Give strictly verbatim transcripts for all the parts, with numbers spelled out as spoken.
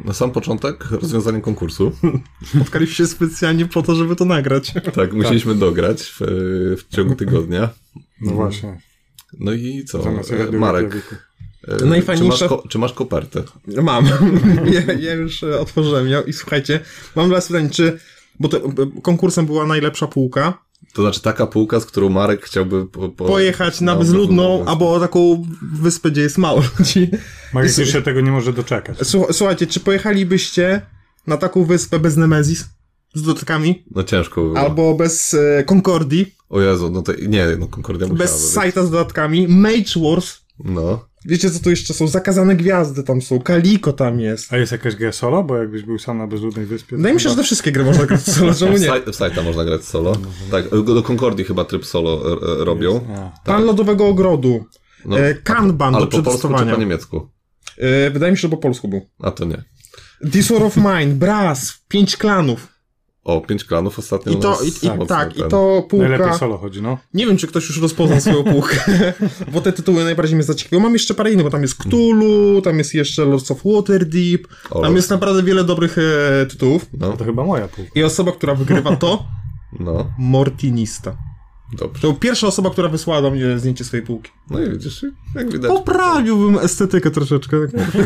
na sam początek rozwiązanie konkursu. Spotkaliśmy się specjalnie po to, żeby to nagrać. Tak, musieliśmy dograć w, w ciągu tygodnia. No właśnie. No i co? Zamiast Marek, Najfajniejsza... czy, masz ko- czy masz kopertę? Mam. ja, ja już otworzyłem ją i słuchajcie, mam dla was pytanie, czy... Bo to, konkursem była najlepsza półka. To znaczy taka półka, z którą Marek chciałby po, po, pojechać na bezludną, albo taką wyspę, gdzie jest mało ludzi. Marek już się tego nie może doczekać. Słuchajcie, czy pojechalibyście na taką wyspę bez Nemezis? Z dodatkami? No ciężko by było. Albo bez e, Concordii? O Jezu, no to nie, no Concordia musiała. Bez sajta z dodatkami? Mage Wars? No. Wiecie, co tu jeszcze są? Zakazane gwiazdy tam są, Kaliko tam jest. A jest jakaś gra solo? Bo jakbyś był sam na bezludnej wyspie... Wydaje mi się, że te wszystkie gry można grać solo, czemu nie? W sajta można grać solo. Tak, do Concordii chyba tryb solo e, robią. Tak. Plan Lodowego Ogrodu. No, e, Kanban ale do po polsku czy przetestowania. po niemiecku? E, wydaje mi się, że po polsku był. A to nie. This War of Mine, Brass, pięć klanów. O, pięć klanów ostatnio I to, nas i, i, mocno tak, ten... i to półka... Najlepiej solo chodzi, no. Nie wiem, czy ktoś już rozpoznał swoją półkę, bo te tytuły najbardziej mnie zaciekawiły. Mam jeszcze parę innych, bo tam jest Cthulhu, tam jest jeszcze Lords of Waterdeep, O, tam jest naprawdę wiele dobrych e, tytułów. No, To chyba moja półka. I osoba, która wygrywa to, no, Mortinista. dobrze. To pierwsza osoba, która wysłała do mnie zdjęcie swojej półki. No i widzisz, jak widać. Poprawiłbym estetykę troszeczkę.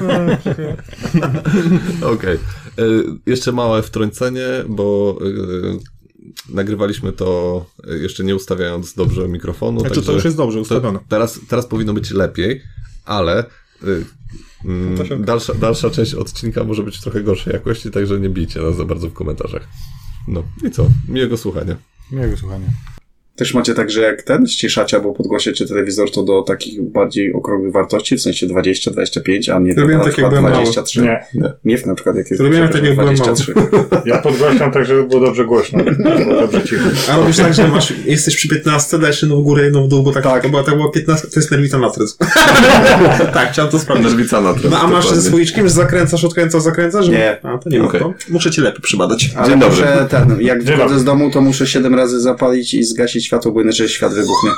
Okej. Okay. Jeszcze małe wtrącenie, bo y, nagrywaliśmy to jeszcze nie ustawiając dobrze mikrofonu. Znaczy, także to już jest dobrze ustawione. Teraz, teraz powinno być lepiej, ale y, To się y, dalsza, dalsza część odcinka może być trochę gorszej jakości, także nie bijcie nas za bardzo w komentarzach. No i co? Miłego słuchania. Miłego słuchania. Też macie tak, że jak ten ściszacie albo podgłosicie telewizor, to do takich bardziej okrągłych wartości, w sensie dwadzieścia, dwadzieścia pięć, a nie Robiłem na tak, przykład jak byłem dwadzieścia trzy. Nie. Nie. Nie, na przykład jak jest Robiłem tak, jak byłem dwadzieścia trzy. Ja podgłaśniam tak, żeby było dobrze głośno. Było dobrze cicho. A robisz tak, że masz, jesteś przy piętnastce, dajesz jedną w górę, jedną w dół, bo tak, Tak. to była, tak była piętnastka, to jest nerwica matrys. Tak, chciałem to sprawdzić. Nerwica na No a masz ze słoiczkiem, że zakręcasz, odkręcasz, zakręcasz? Nie. A, to nie ma Okej. to. Muszę ci lepiej przybadać. Ale Dzień dobry. muszę ten, jak Dzień wychodzę dobry. z domu, to muszę siedem razy zapalić i zgasić światło, bo inaczej świat wybuchnie.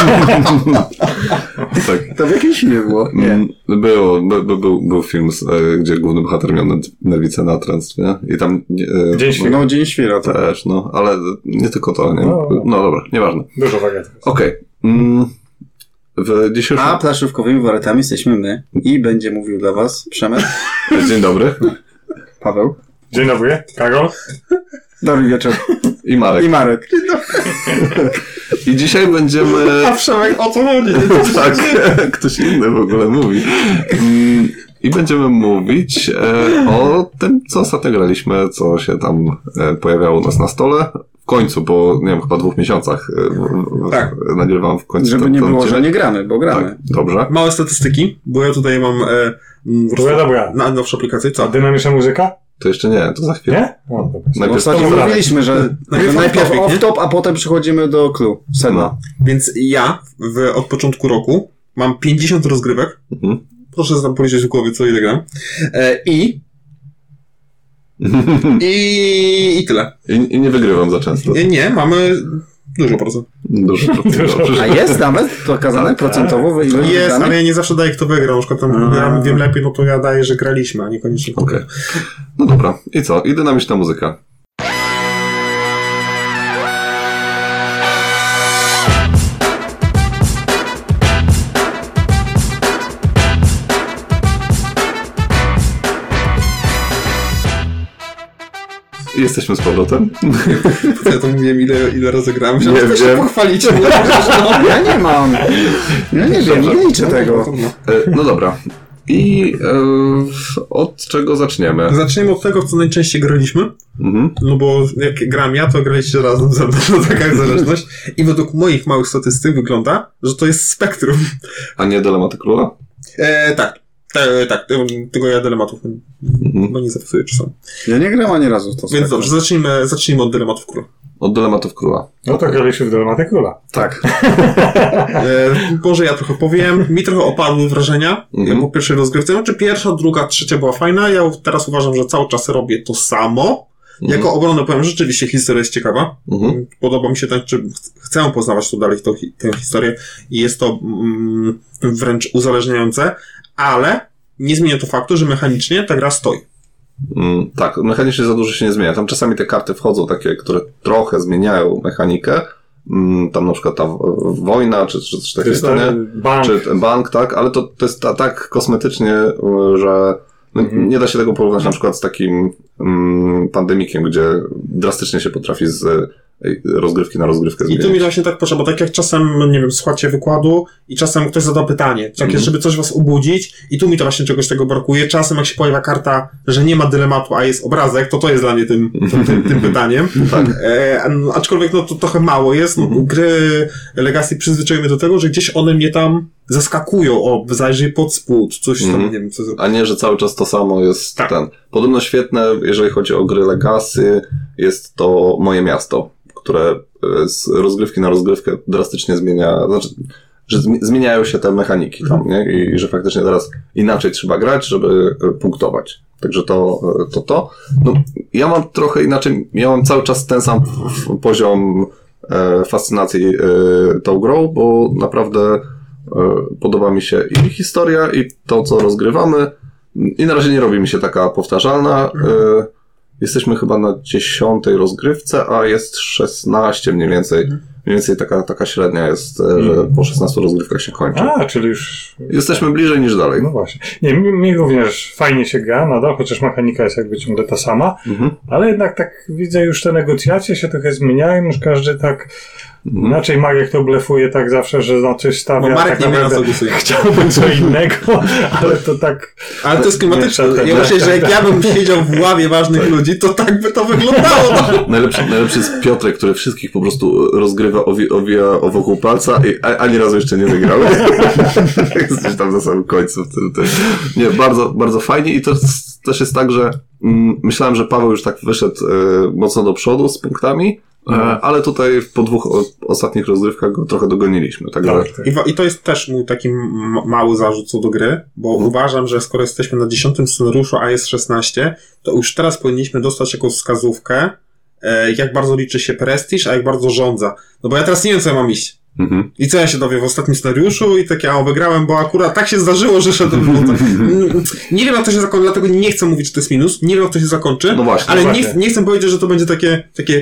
Tak. To w jakimś filmie było? Mm, Było, by, by, był, był film, z, e, gdzie główny bohater miał ner- nerwicę natręt, nie? I tam... E, Dzień świra. No, Dzień Świra, to. Też, no, ale nie tylko to, nie? No. No dobra, nieważne. Dużo wariatów. Okej. Mm, w dzisiejszym... A planszówkowymi waretami jesteśmy my i będzie mówił dla was Przemek, Dzień dobry. Paweł, Dzień dobry, Karol. dobry wieczór I Marek. i Marek. I dzisiaj będziemy... A Przemek, o co chodzi? Tak, ktoś inny w ogóle mówi. Mm, I będziemy mówić e, o tym, co ostatnio graliśmy, co się tam e, pojawiało u nas na stole. W końcu, po, nie wiem, chyba dwóch miesiącach e, w, Tak. w, nagrywam w końcu Żeby ten, nie ten było, że odcinek. nie gramy, bo gramy. Tak, dobrze. Małe statystyki, bo ja tutaj mam e, m, Dobra, dobra. na nowszą aplikację. A Co? dynamiczna muzyka? To jeszcze nie, to za chwilę. Nie? No, dobra. Bo Najpierw ostatnio Dobra. mówiliśmy, że Najpierw że najpierw off-topic, nie? off-top, a potem przechodzimy do clue, sedna. No. Więc ja w, od początku roku mam pięćdziesiąt rozgrywek. Mhm. Proszę nam powiedzieć w głowie, co ile gram. E, I... I... I tyle. I, I nie wygrywam za często. Nie, nie, mamy dużo procent. Dużo. Dobrze. A jest nawet pokazane procentowo, ile Jest, gramy? ale ja nie zawsze daję, kto wygra. Na przykład tam ja wiem lepiej, no to ja daję, że graliśmy, a niekoniecznie kto Okej. wygra. No dobra. I co? I dynamiczna muzyka. I jesteśmy z powrotem. Ja to mówiłem, ile, ile razy grałem. Nie Żeby się wiem. pochwalić. Ja nie mam. Ja nie wiem, nie liczę tego. E, no dobra. I e, od czego zaczniemy? Zacznijmy od tego, w co najczęściej graliśmy. Mhm. No bo jak gram ja, to graliście razem ze mną, to taka zależność. I według moich małych statystyk wygląda, że to jest Spektrum. A nie Dylematy Króla? E, tak. E, tak, tego ja dylematów Mhm. bo nie zapisuję czasami. Ja nie gram ani razu w to. Więc dobrze, zacznijmy, zacznijmy od dylematów króla. Od Dylematów Króla. No to graliśmy w Dylematy Króla. Tak. E, może ja trochę powiem. Mi trochę opadły wrażenia Mhm. po pierwszej rozgrywce. Znaczy pierwsza, druga, trzecia była fajna. Ja teraz uważam, że cały czas robię to samo. Mhm. Jako obronę powiem, rzeczywiście historia jest ciekawa. Mhm. Podoba mi się tak, czy chcę poznawać tu dalej tą, hi- tę historię i jest to mm, wręcz uzależniające, ale nie zmienia to faktu, że mechanicznie ta gra stoi. Mm, tak, mechanicznie za dużo się nie zmienia. Tam czasami te karty wchodzą takie, które trochę zmieniają mechanikę. Mm, tam na przykład ta w- wojna, czy, czy coś takiego, nie? Bank. Czy ten bank, tak, ale to, to jest ta, tak kosmetycznie, y, że no, Mhm. nie da się tego porównać na przykład z takim mm, pandemikiem, gdzie drastycznie się potrafi z y, rozgrywki na rozgrywkę I zmienić. tu mi właśnie tak potrzeba, bo tak jak czasem, nie wiem, słuchacie wykładu i czasem ktoś zada pytanie, takie, Mhm. żeby coś was obudzić i tu mi to właśnie czegoś tego brakuje. Czasem jak się pojawia karta, że nie ma dylematu, a jest obrazek, to to jest dla mnie tym, tym, tym, tym pytaniem. Tak. E, a- aczkolwiek no to trochę mało jest. No, Mhm. Gry Legacy przyzwyczajemy do tego, że gdzieś one mnie tam zaskakują, o, zajrzyj pod spód, coś tam, Mhm. nie wiem, co zrobić. A nie, że cały czas to samo jest Tak. ten. Podobno świetne, jeżeli chodzi o gry Legacy, jest to Moje Miasto, które e, z rozgrywki na rozgrywkę drastycznie zmienia, znaczy, że zmi- zmieniają się te mechaniki tam, nie? I, I że faktycznie teraz inaczej trzeba grać, żeby e, punktować. Także to, e, to, to. No, ja mam trochę inaczej, ja mam cały czas ten sam f- f- poziom e, fascynacji e, tą grą, bo naprawdę e, podoba mi się i historia, i to, co rozgrywamy. I na razie nie robi mi się taka powtarzalna. E, jesteśmy chyba na dziesiątej rozgrywce, a jest szesnaście mniej więcej. Mniej więcej taka, taka średnia jest, e, że po szesnastu rozgrywkach się kończy. A, czyli już... Jesteśmy bliżej niż dalej. No właśnie. Nie, mi, mi również fajnie się gra nadal, chociaż mechanika jest jakby ciągle ta sama, Mhm. ale jednak tak widzę, już te negocjacje się trochę zmieniają, już każdy tak inaczej Marek to blefuje tak zawsze, że na coś stawia. Bo Marek tak nie wie, na co naprawdę głosuje. chciałbym co innego, ale to tak... Ale to jest klimatyczne. Nie, tak, Ja tak, myślę, tak, że jak tak. ja bym siedział w ławie ważnych ludzi, to tak by to wyglądało. No. Najlepszy, najlepszy jest Piotrek, który wszystkich po prostu rozgrywa, owi, owija o wokół palca i a, ani razu jeszcze nie wygrał. Jesteś tam na samym końcu. W tym, tym. Nie, bardzo, bardzo fajnie i to jest, też jest tak, że mm, myślałem, że Paweł już tak wyszedł e, mocno do przodu z punktami, e, ale tutaj po dwóch o, ostatnich rozgrywkach go trochę dogoniliśmy. Także Tak, tak. I, wa- I to jest też mój taki m- mały zarzut co do gry, bo uważam, że skoro jesteśmy na dziesiątym scenariuszu, a jest szesnaście, to już teraz powinniśmy dostać jakąś wskazówkę, e, jak bardzo liczy się prestiż, a jak bardzo rządza. No bo ja teraz nie wiem, co ja mam iść. mhm. I co ja się dowiem w ostatnim scenariuszu i takie, a wygrałem, bo akurat tak się zdarzyło, że szedłem. No to, mm, nie wiem, jak to się zakończy, dlatego nie chcę mówić, czy to jest minus, nie wiem, jak to się zakończy, No właśnie, ale nie, właśnie. nie chcę powiedzieć, że to będzie takie, takie,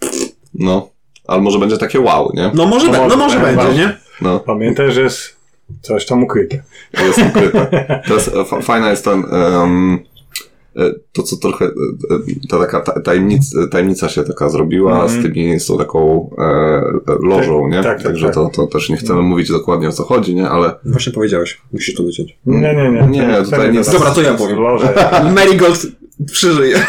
No, ale może będzie takie wow, nie? no może, No be- no może, może tak, będzie, właśnie. nie? No, Pamiętaj, że jest coś tam ukryte. to jest ukryte. Teraz e, fa- fajna jest ten, um, e, to co trochę, e, e, ta taka ta- tajemnica, tajemnica się taka zrobiła Mhm. z tymi, z tą taką e, e, lożą, nie? tak, tak, Także tak. To, to też nie chcemy mówić dokładnie o co chodzi, nie? Ale Właśnie powiedziałeś, musisz to wyciąć. Nie, nie, nie. Nie, to tutaj chcemy nic- teraz- Dobra, to ja powiem. Loże. Marigold przeżyje.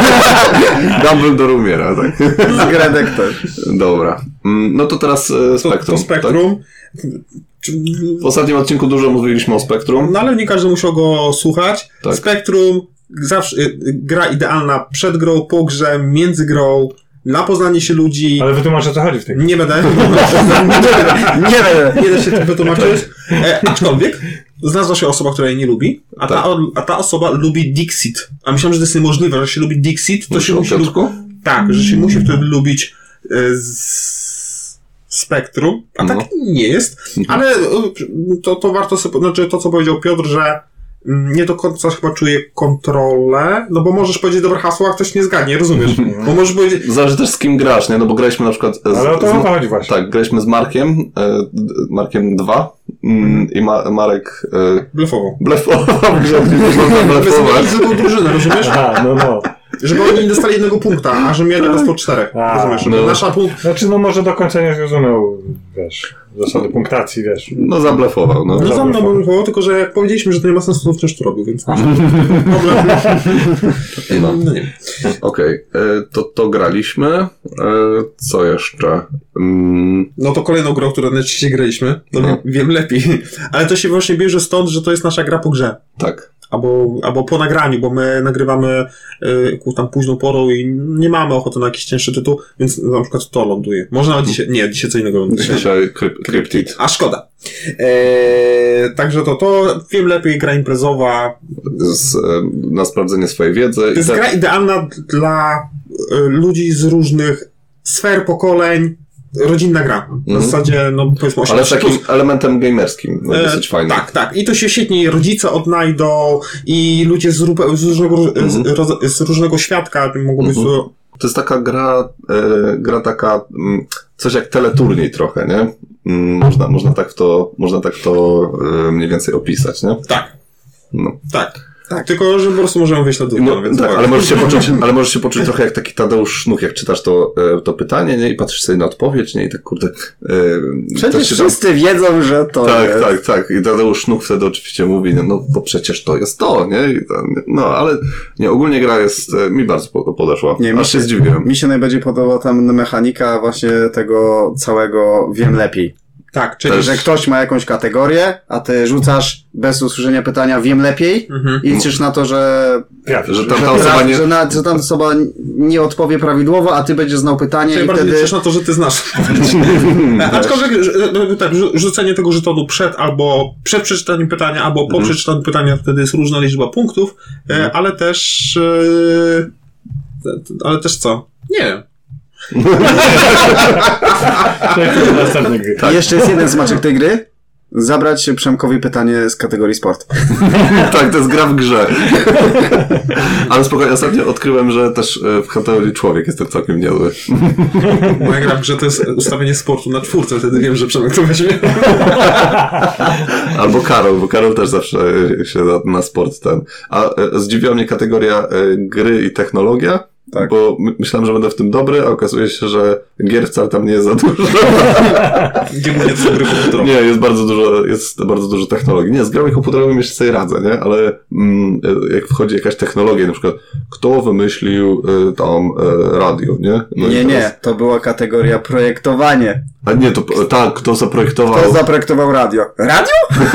Dumbledore umiera, tak? Zgredek też. Dobra. Mm, No to teraz e, To, Spektrum. to spektrum. Czy- Tak? W ostatnim odcinku dużo mówiliśmy o Spektrum. No ale nie każdy musiał go słuchać. Tak. Spektrum, zawsze, y, gra idealna przed grą, po grze, między grą, na poznanie się ludzi. Ale wytłumacz, o co chodzi w tej Nie będę. nie będę. Nie da się tym wytłumaczyć. E, aczkolwiek znalazła się osoba, która jej nie lubi, a ta, Tak. o- a ta osoba lubi Dixit. A myślałem, że to jest niemożliwe, że się lubi Dixit, to Mówisz się o musi lubić. Piotrku? Tak, że się musi wtedy lubić e, z Spektrum, a No. tak nie jest, ale e, to, to warto sobie, znaczy to, co powiedział Piotr, że mm, nie do końca chyba czuje kontrolę, no bo możesz powiedzieć dobre hasło, a ktoś nie zgadnie, rozumiesz? Bo możesz powiedzieć, Zależy też z kim grasz, nie? No bo graliśmy na przykład... Z, Ale o to z, o to chodzi właśnie. Tak, graliśmy z Markiem, e, d- Markiem dwa mm, i Ma, Marek e, blefowo. blefował, że nie można blefować. Bez drużynę, rozumiesz? Aha, no, no. Żeby oni nie dostali jednego punkta, a że mieli dostał czterech, A, rozumiesz? no. Nasza punkt... Znaczy, no może do końca nie zrozumiał, wiesz, zasady punktacji, wiesz. No zablefował, no. No za mną bym było, tylko że jak powiedzieliśmy, że to nie ma sensu, to wciąż to robił, więc... Problem. No. No nie wiem. Okej, e, to, to graliśmy. E, co jeszcze? Mm, No to kolejną grą, którą najczęściej graliśmy, to No. wiem, wiem lepiej. Ale to się właśnie bierze stąd, że to jest nasza gra po grze. tak. Albo, albo po nagraniu, bo my nagrywamy y, ku tam późną porą i nie mamy ochoty na jakiś cięższy tytuł, więc na przykład to ląduje. Może nawet dzisiaj, nie, dzisiaj co innego ląduje. Dzisiaj kryp, Cryptid. A szkoda. Eee, także to, to wiem lepiej, gra imprezowa. Z, e, na sprawdzenie swojej wiedzy. To jest I te- gra idealna dla y, ludzi z różnych sfer, pokoleń, rodzinna gra. Na Mhm. zasadzie, no powiedzmy Ale z osiemnaście takim plus. elementem gamerskim, no, dosyć E, fajnym. Tak, tak. I to się świetnie rodzice odnajdą i ludzie z, ró- z, różnego, Mhm. z, roz- z różnego świadka mogą być... Mhm. To jest taka gra, e, gra taka, mm, coś jak teleturniej trochę, nie? Mm, można, można tak to, można tak to e, mniej więcej opisać, nie? Tak, No. tak. Tak. Tylko, że po prostu możemy wyjść na dół. No, więc tak, uwaga. ale możesz się poczuć, ale możesz się poczuć trochę jak taki Tadeusz Sznuk, jak czytasz to, e, to pytanie, nie? I patrzysz sobie na odpowiedź, nie? I tak kurde... E, Przecież to się tam- wszyscy wiedzą, że to Tak, jest. tak, tak. I Tadeusz Sznuk wtedy oczywiście mówi, no, no bo przecież to jest to, nie? I tam, no, ale nie, ogólnie gra jest, e, mi bardzo po- podeszła. Nie, mi Aż się się- zdziwiłem. Mi się najbardziej podoba tam mechanika właśnie tego całego wiem lepiej. Tak, czyli... Że ktoś ma jakąś kategorię, a ty rzucasz bez usłyszenia pytania wiem lepiej Mhm. i liczysz na to, że, Trafisz. Że że, tam ta osoba nie... że, na, że tam osoba nie odpowie prawidłowo, a ty będziesz znał pytanie Czyli i bardziej wtedy... liczysz na to, że ty znasz. Aczkolwiek że- że- tak, rzu- rzucenie tego żetonu przed albo przed przeczytaniem pytania, albo po Mhm. przeczytaniu pytania, wtedy jest różna liczba punktów, e, ale też e, ale też co? Nie wiem. To jest następny gry. Tak. I jeszcze jest jeden smaczek tej gry. Zabrać Przemkowi pytanie z kategorii sport. Tak, to jest gra w grze. Ale spokojnie, ostatnio odkryłem, że też e, w kategorii człowiek jestem całkiem niezły. Moja gra w grze to jest ustawienie sportu na czwórce, wtedy wiem, że Przemek to weźmie. Albo Karol, bo Karol też zawsze się na, na sport ten. A e, zdziwiła mnie kategoria e, gry i technologia, Tak. bo my, myślałem, że będę w tym dobry, a okazuje się, że gier wcale tam nie jest za dużo. Gdzie głównie to są gry komputerowe. Nie, jest bardzo dużo, jest bardzo dużo technologii. Nie, z grami komputerowymi jeszcze sobie radzę, nie? Ale mm, jak wchodzi jakaś technologia, na przykład kto wymyślił y, tam y, radio, nie? No i Nie, teraz- nie, to była kategoria projektowanie. A nie, to p- tak, kto zaprojektował... Kto zaprojektował radio? Radio?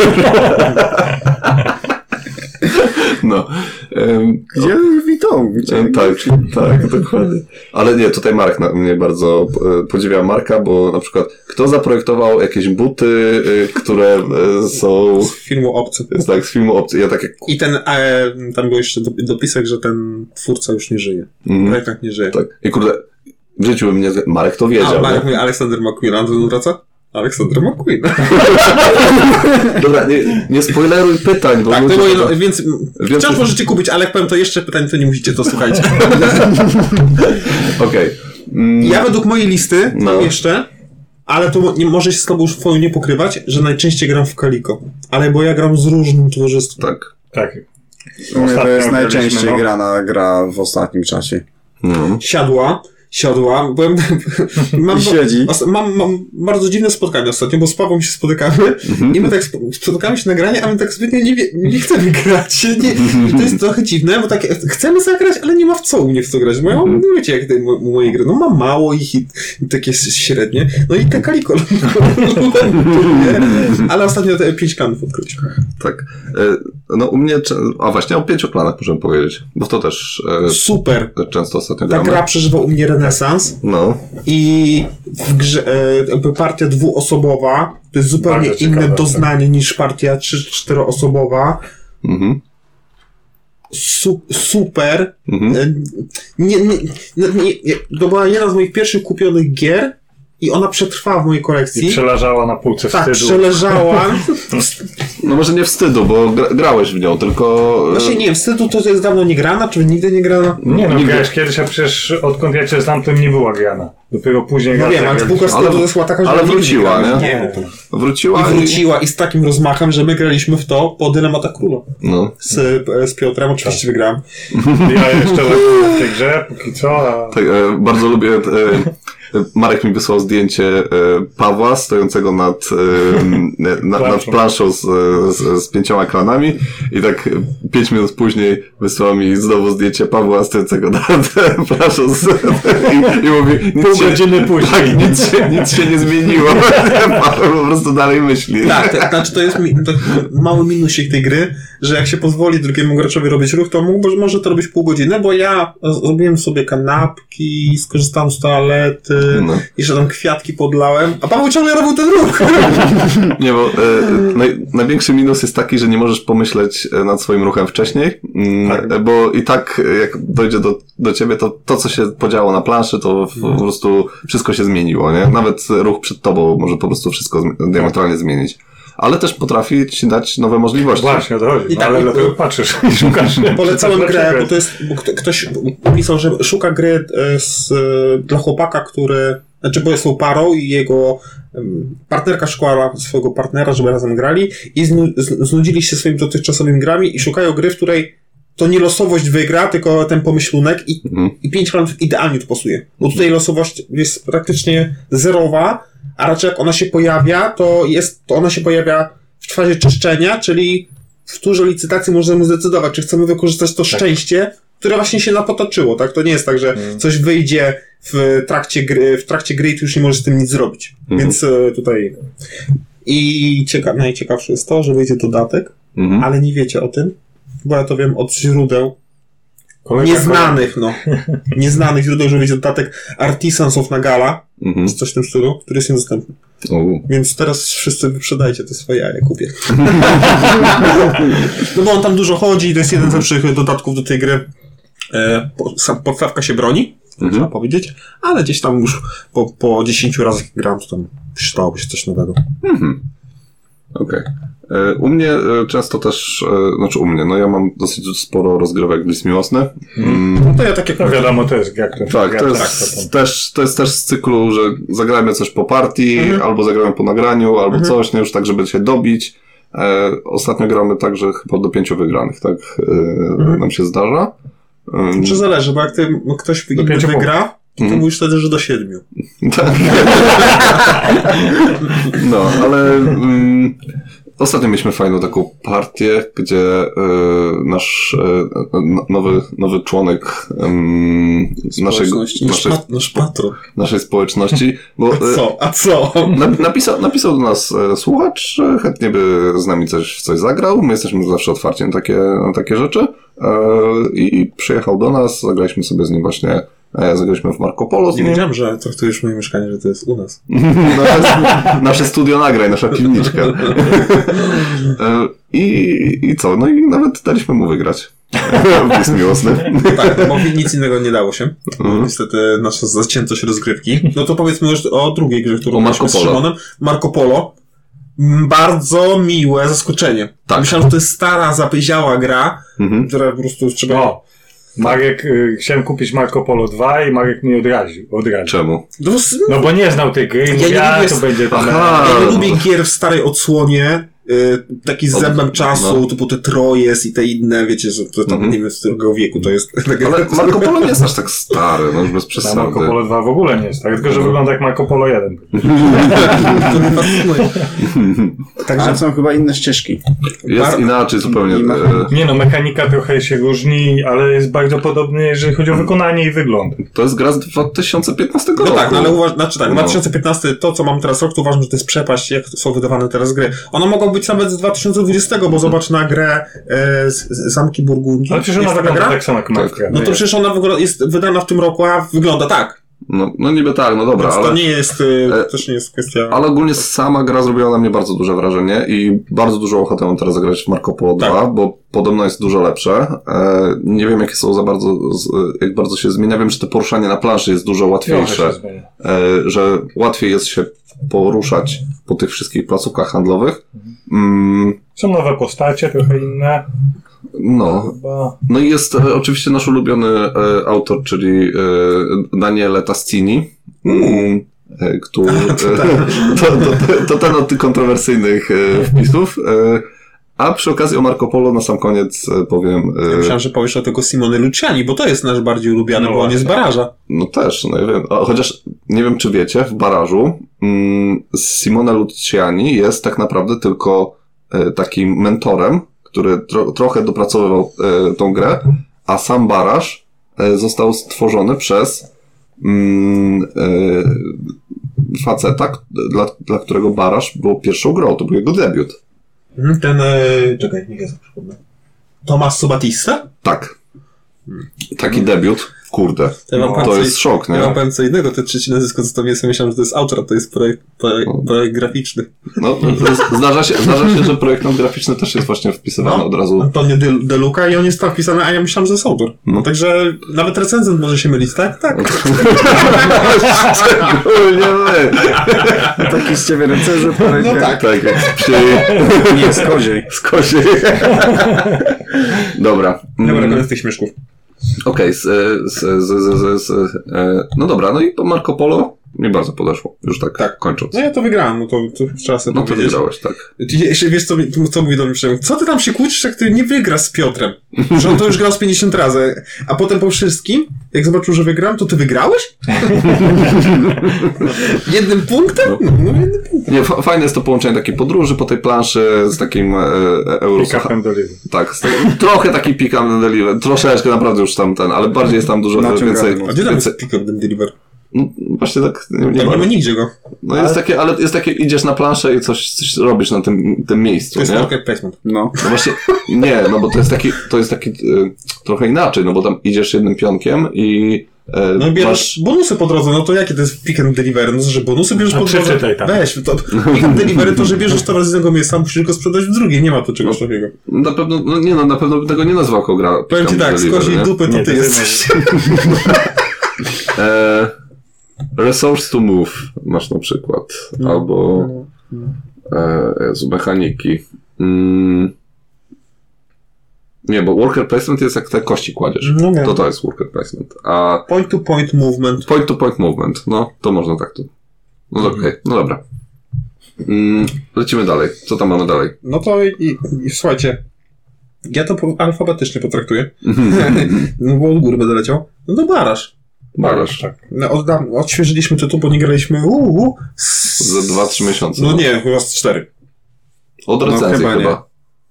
No. Ym, Gdzie witą? Gdzie? E, Tak, tak, dokładnie. Ale nie, tutaj Marek na mnie bardzo e, podziwia Marka, bo na przykład kto zaprojektował jakieś buty, e, które e, są Z filmu Obcy. jest tak z filmu Obcy. Ja tak jak I ten, e, tam był jeszcze dop- dopisek, że ten twórca już nie żyje. Mhm. Projektant nie żyje. tak. I kurde, w życiu bym nie zga- Marek to A, wiedział, Marek nie? mówi Aleksander McQueen, a on wraca? Aleksander McQueen. Dobra, nie, nie spoileruj pytań, bo Tak, to ludzie- było jedno, więc Więc- wciąż możecie kupić, ale jak powiem to jeszcze pytań, to nie musicie, to słuchajcie. Okej. Mm, Ja według mojej listy No. mam jeszcze, ale to nie, może się z tobą już twoją nie pokrywać, że najczęściej gram w Kaliko. Ale bo ja gram z różnym towarzystwem. Tak. Tak. U mnie to Ostatnio jest graliśmy, najczęściej no. grana gra w ostatnim czasie. No. Siadła, siadła, byłem, mam, I siedzi. os- mam, mam bardzo dziwne spotkanie ostatnio, bo z Pawłem się spotykamy i my tak sp- spotykamy się na granie, a my tak zbytnio nie, wie, nie chcemy grać. Nie, I to jest trochę dziwne, bo tak chcemy zagrać, ale nie ma w co u mnie w to grać. Bo ja mam, no wiecie, jak te mo- moje gry, no mam mało ich i, i takie średnie. No i te Kaliko ale ostatnio te pięć klanów odkryliśmy. Tak. E, No u mnie, cze- a właśnie o pięciu klanach możemy powiedzieć, bo w to też Super. e, często ostatnio Ta gramy. gra przeżywa u mnie renesans. No. I w grze, e, jakby partia dwuosobowa to jest zupełnie Bardzo inne ciekawe, doznanie niż partia trzy czteroosobowa. Mhm. Su, super. Mhm. E, Nie, nie, nie, nie, to była jedna z moich pierwszych kupionych gier i ona przetrwała w mojej I kolekcji. przeleżała na półce Tak, wstydu. przeleżała. No może nie wstydu, bo gra, grałeś w nią, tylko... e, Właśnie nie wiem, wstydu to jest dawno nie grana, czy nigdy nie grana? Nie no, Nigdy. grałeś kiedyś, a przecież odkąd ja cię znam, to nie była grana. Dopiero później No grałem, wiem, ale jak spółka Ale- wstydu to jest była taka, że ale nigdy wróciła, grana. nie? Nie. Wróciła I wróciła i z takim rozmachem, że my graliśmy w to po Dylemata Króla. No. Z, z Piotrem, oczywiście wygrałem. Ja jeszcze tak w tej grze, póki co, a... Tak, e, bardzo lubię... E, Marek mi wysłał zdjęcie e, Pawła stojącego nad, e, na, nad Planszą. planszą z, z, z pięcioma klanami i tak pięć minut później wysłał mi znowu zdjęcie Pawła stojącego nad planszą z, i, i mówi... nic Pół się- godziny później. Tak, nic się, nic się nie zmieniło. Paweł po prostu dalej myśli. Tak, to, znaczy to jest mi, to mały minusik tej gry, że jak się pozwoli drugiemu graczowi robić ruch, to mógł, może to robić pół godziny, bo ja zrobiłem sobie kanapki, skorzystałem z toalety, No. jeszcze tam kwiatki podlałem, a Paweł ciągle robił ten ruch. Nie, bo e, naj, największy minus jest taki, że nie możesz pomyśleć e, nad swoim ruchem wcześniej, mm, Tak. e, bo i tak e, jak dojdzie do, do ciebie, to to, co się podziało na planszy, to w, po prostu prostu wszystko się zmieniło, nie? Nawet ruch przed tobą może po prostu wszystko diametralnie zmienić. Ale też potrafi ci dać nowe możliwości. Właśnie, o to chodzi. I No, tak, ale i- dlatego patrzysz i szukasz. Polecałem Dlaczego grę, bo jest? to jest, bo kto- ktoś pisał, że szuka gry e, z, e, dla chłopaka, który, znaczy bo jest parą i jego em, partnerka szukała swojego partnera, żeby razem grali i znu, z- znudzili się swoimi dotychczasowymi grami i szukają gry, w której to nie losowość wygra, tylko ten pomyślunek i, Mhm. i pięć planów idealnie tu pasuje. Bo tutaj losowość jest praktycznie zerowa, a raczej jak ona się pojawia, to jest, to ona się pojawia w fazie czyszczenia, czyli w turze licytacji możemy zdecydować, czy chcemy wykorzystać to szczęście, które właśnie się napotoczyło, tak? To nie jest tak, że coś wyjdzie w trakcie gry, w trakcie gry i ty już nie możesz z tym nic zrobić. Mhm. Więc e, tutaj... I cieka- najciekawsze jest to, że wyjdzie dodatek, Mhm. ale nie wiecie o tym, bo ja to wiem od źródeł Kolega, nieznanych, no. Nieznanych źródeł, że wyjdzie dodatek Artisans of Nagala, Mhm. czy coś w tym stylu, który jest niedostępny. U. Więc teraz wszyscy wyprzedajcie te swoje, a ja kupię. No bo on tam dużo chodzi i to jest jeden z lepszych dodatków do tej gry. E, po, sam, podstawka się broni, Mhm. trzeba powiedzieć, ale gdzieś tam już po, po dziesięciu razach jak gram, to tam przydałoby się coś nowego. Mhm. Okej. E, U mnie e, często też, e, znaczy u mnie, no ja mam dosyć sporo rozgrywek Bliz Miłosny. Mm, No to ja takie No wiadomo, to jest jak to. tak, jak to tak, jest, to tam. też, to jest też z cyklu, że zagrajmy coś po partii, Mhm. albo zagramy po nagraniu, albo Mhm. coś, no już tak, żeby się dobić. E, ostatnio gramy tak, że chyba do pięciu wygranych, tak e, nam się zdarza. Um, Czy zależy, bo jak ty, ktoś inny pięciu wygra, to ty Mhm. mówisz wtedy, że do siedmiu. Tak. No, ale mm, ostatnio mieliśmy fajną taką partię, gdzie y, nasz y, no- nowy, nowy członek ym, naszej, Społeczności. Nasz, naszej, pat, nasz patron. naszej społeczności, bo A y, co? A co? na, napisał, napisał do nas e, słuchacz, że chętnie by z nami coś, w coś zagrał. My jesteśmy zawsze otwarci na takie, na takie rzeczy. E, I przyjechał do nas, zagraliśmy sobie z nim właśnie, e, zagraliśmy w Marco Polo z Nie nim. wiedziałem, że traktujesz moje mieszkanie, że to jest u nas. No, to jest nasze studio nagrań, nasza piwniczka. E, I, I co? No i nawet daliśmy mu wygrać. Jest miłosny. Tak, bo nic innego nie dało się. Mhm. Niestety nasza zaciętość rozgrywki. No to powiedzmy już o drugiej grze, którą O Marco graliśmy z Polo. Szymonem. Marco Polo. Mm, Bardzo miłe zaskoczenie. Tak. Myślałem, że to jest stara, zapyziała gra, Mhm. która po prostu trzeba... O, Marek, y, chciałem kupić Marco Polo dwa i Marek mnie odraził. odraził. Czemu? No, s- No bo nie znał tej gry i Ja mówi, nie a lubię to s- będzie tam... Aha. ja nie lubię gier w starej odsłonie, y, taki z Od- zębem czasu, no. typu te Trojes i te inne, wiecie, że to tam Mhm. nie wiem z którego wieku to jest. Ale Marco Polo nie jest aż tak stary, no już bez A przesady. Marco Polo dwa w ogóle nie jest tak, tylko że wygląda jak Marco Polo jeden. To mnie fascynuje. Także Ale są chyba inne ścieżki. Jest Bar- inaczej zupełnie. i e, mechanika. Nie no, mechanika trochę się różni, ale jest bardzo podobny, jeżeli chodzi o wykonanie i wygląd. To jest gra z dwa tysiące piętnastego No roku. tak, no ale uważ, znaczy tak, No. dwa tysiące piętnasty, to co mam teraz rok, to uważam, że to jest przepaść, jak są wydawane teraz gry. One mogą być nawet z dwa tysiące dwudziestego, bo zobacz na grę e, z, z Zamki Burgundii. Ale przecież ona Jest taka wygląda gra? tak samo jak Marka. No to przecież ona w ogóle jest wydana w tym roku, a wygląda tak. No, no niby tak, no dobra, Więc ale... to nie jest, e, e, też nie jest kwestia... Ale ogólnie sama gra zrobiła na mnie bardzo duże wrażenie i bardzo dużo ochotę mam teraz zagrać w Marco Polo Tak. dwa, bo podobno jest dużo lepsze. E, nie wiem, jakie są za bardzo, z, jak bardzo się zmienia. Wiem, że to poruszanie na planszy jest dużo Trochę łatwiejsze, się zmienia. e, że łatwiej jest się poruszać po tych wszystkich placówkach handlowych. Mm, Są nowe postacie, trochę inne. no, Chyba... no i jest e, oczywiście nasz ulubiony e, autor, czyli e, Daniele Tastini, mm, e, który, e, to, to, to ten od tych kontrowersyjnych e, wpisów. E, a przy okazji o Marco Polo na sam koniec e, powiem, Ja e, myślałem, że powiesz o tego Simone Luciani, bo to jest nasz bardziej ulubiany, No bo on jest z właśnie. baraża. no też, no ja wiem, a, chociaż nie wiem czy wiecie, w barażu mm, Simone Luciani jest tak naprawdę tylko e, takim mentorem, który tro, trochę dopracowywał e, tą grę, a sam baraż e, został stworzony przez mm, e, faceta, k- dla, dla którego baraż był pierwszą grą, to był jego debiut. Mhm, ten, e, czekaj, niech ja sobie przypomnę. Tommaso Battista? Tak. Taki debiut, kurde, Ja wam no, powiem to co- jest szok, nie? Ja wam powiem co innego, te trzecie nazwisko zostawiłem sobie, myślałem, że to jest autor, a to jest projekt, projekt, projekt graficzny. No, z- zdarza się, zdarza się, że projektant graficzny też jest właśnie wpisywany No. od razu. Antonio De, De Luca i on jest tam wpisany, a ja myślałem, że jest autor. No. Także nawet recenzent może się mylić, tak? Tak. Szczególnie my. Taki z ciebie recenzent. No tak. Tak, jak przy... Nie, z koziej. z kozi. Dobra. Dobra, Mm, koniec tych śmieszków. Okej, z, z, z, z, z, z, e, no dobra, no i Marco Polo mi bardzo podeszło, już tak, Tak. kończąc. No ja to wygrałem, no to, to trzeba sobie No to powiedzieć. wygrałeś, tak. Ty jeszcze wiesz, co, mi- co mówi do mnie Przemek? Co ty tam się kłócisz, jak ty nie wygrasz z Piotrem? Że on to już grał z pięćdziesiąt razy. A potem po wszystkim, jak zobaczył, że wygram, to ty wygrałeś? Jednym punktem? No, no jednym punktem. Nie, fa- fajne jest to połączenie takiej podróży po tej planszy z takim e, e, euro... Pick up and deliver. Tak, z te, trochę taki pick up and deliver, troszeczkę naprawdę już tam ten, ale bardziej jest tam dużo Naciągany więcej... mocno. A gdzie tam więcej jest pick up and deliver? no, właśnie tak, nie, nie Nie, ma. nie ma nigdzie go. No jest takie, ale jest takie, idziesz na planszę i coś, coś robisz na tym, tym miejscu, To jest nie? market placement. No. No właśnie, nie, no bo to jest taki, to jest taki y, trochę inaczej, no bo tam idziesz jednym pionkiem i y, No i bierzesz masz... bonusy po drodze, no to jakie to jest pick and deliver? No, że bonusy bierzesz A po drodze. przeczytaj tam. Weź, to pick and delivery to, że bierzesz towar z jednego miejsca, musisz go sprzedać w drugie, nie ma to czegoś takiego. Na pewno, no nie no, na pewno bym tego nie nazwał jako gra. Powiem ci Pick tak, and z Deliver, koziej nie? dupy to Nie, ty to jesteś. E, resource to move masz na przykład, No. albo e, z mechaniki. Mm. Nie, bo worker placement jest jak te kości kładziesz. No wiem. To to jest worker placement. A Point to point movement. point to point movement, no to można tak tu. No okej, okay, no dobra. Mm, lecimy dalej. Co tam mamy dalej? No to i, i, i słuchajcie, ja to po, alfabetycznie potraktuję. No bo od góry będę leciał. No to Barasz. Barasz. Tak. No, oddam, odświeżyliśmy tytuł, bo nie graliśmy uuu, z... Za dwa trzy miesiące. No nie, chyba z cztery. Od recenzji No, chyba nie. chyba.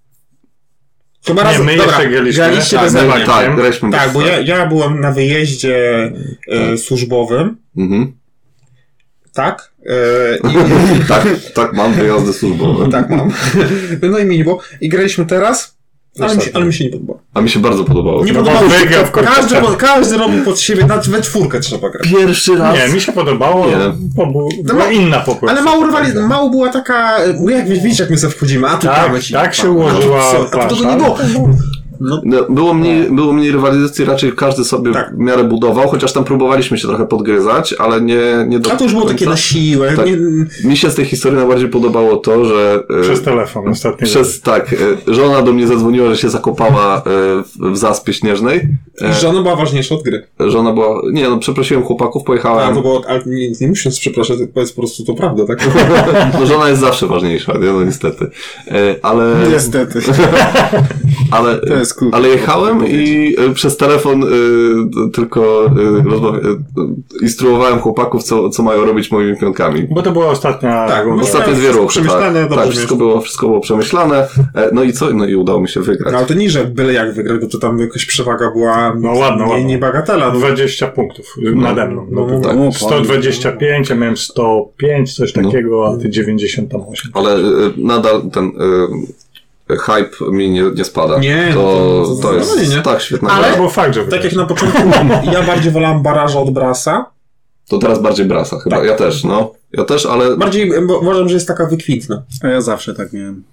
Chyba Nie, raz, my dobra, jeszcze graliśmy. graliście Tak, beze my- mnie. Tak, graliśmy Tak, bez- bo ja, ja byłem na wyjeździe e, służbowym, Mhm. tak? E, i, tak, tak, mam wyjazdy służbowe. tak mam. No i mi nie było. I graliśmy teraz, ale mi, się, ale mi się nie podobało. A mi się bardzo podobało. Nie No bo podobało się. wygrał w końcu. Każdy, każdy robił pod siebie, nawet we czwórkę trzeba grać. Pierwszy raz. Nie, mi się podobało, Nie. bo był, No była ma- inna po prostu. Ale mało rywali, mało była taka, bo jak widzicie, jak my sobie wchodzimy, a tu Tak, gramy ci. tak się A, ułożyła a tu co? A tu tego nie było. No, No, było, mniej, było mniej rywalizacji, raczej każdy sobie Tak. w miarę budował, chociaż tam próbowaliśmy się trochę podgryzać, ale nie, nie do a to już było takie końca. na siłę. Tak. Nie, Mi się z tej historii najbardziej podobało to, że e, Przez telefon ostatnio. przez tak, e, żona do mnie zadzwoniła, że się zakopała e, w, w zaspie śnieżnej. E, żona była ważniejsza od gry. żona była, nie no, przeprosiłem chłopaków, A pojechałem. to było, ale nie, nie musisz przepraszać, to powiedz po prostu to prawda, tak? No żona jest zawsze ważniejsza, nie no niestety. E, ale, Niestety. ale, To jest krótko. ale jechałem i e, przez telefon e, tylko e, rozmawia- e, instruowałem chłopaków, co, co mają robić moimi pionkami. Bo to była ostatnia Tak, runda. no Ostatnie dwie wszystko ruchy, przemyślane, tak, dobrze tak wszystko, wiesz. było, wszystko było przemyślane. E, no i co? No i udało mi się wygrać. No ale to nie, że byle jak wygrać, bo to tam jakaś przewaga była No ładno, nie, ładno. nie bagatela. No, dwadzieścia punktów nade mną. No, no, to no, sto dwadzieścia pięć, ja miałem sto pięć, coś No. takiego, a ty dziewięćdziesiąt osiem. Ale e, nadal ten e, hype mi nie, nie spada. Nie, to, no to- to, to jest zdecydowanie nie. tak świetna Ale- gra. To był fakt, że tak jak wygrałeś. na początku, ja bardziej wolałem baraża od brasa. To teraz bardziej brasa chyba. Tak. Ja też, no. Ja też, ale... Bardziej, bo uważam, że jest taka wykwintna. A ja zawsze tak miałem.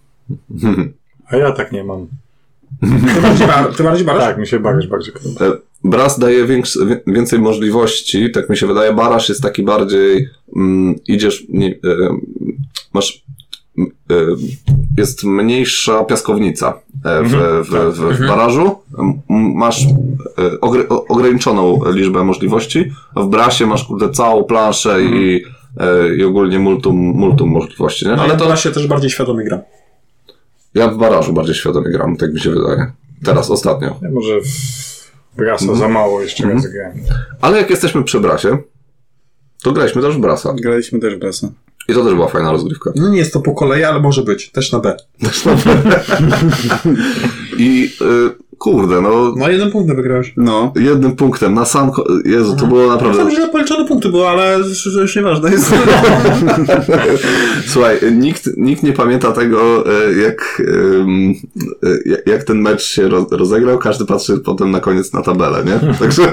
A ja tak nie mam. Ty bardziej, bar, ty bardziej baraż? Tak, mi się baraż bardziej podoba. E, Bras daje większy, wie- więcej możliwości, tak mi się wydaje. Barasz jest taki bardziej, mm, idziesz, nie, e, masz, m, e, jest mniejsza piaskownica e, w, w, w, w barażu. M, masz e, ogr, o- ograniczoną liczbę możliwości. W brasie masz kurde całą planszę i, e, i ogólnie multum, multum możliwości, nie? Ale Ale to... to w brasie też bardziej świadomie gram. ja w barażu bardziej świadomie gram, tak mi się wydaje. Teraz, ostatnio. Ja może w Brasa za mało jeszcze Mhm. raz grałem. Ale jak jesteśmy przy brasie, to graliśmy też w brasa. Graliśmy też w Brasa. I to też była fajna rozgrywka. No nie jest to po kolei, ale może być. Też na B. I y, kurde, no... No jeden punkt wygrałeś. No. Jednym punktem, na sam... Ko- Jezu, to było naprawdę... Ja że policzone punkty było, ale to już nieważne jest. Słuchaj, nikt, nikt nie pamięta tego, jak, jak ten mecz się rozegrał, każdy patrzy potem na koniec na tabelę, nie? Także...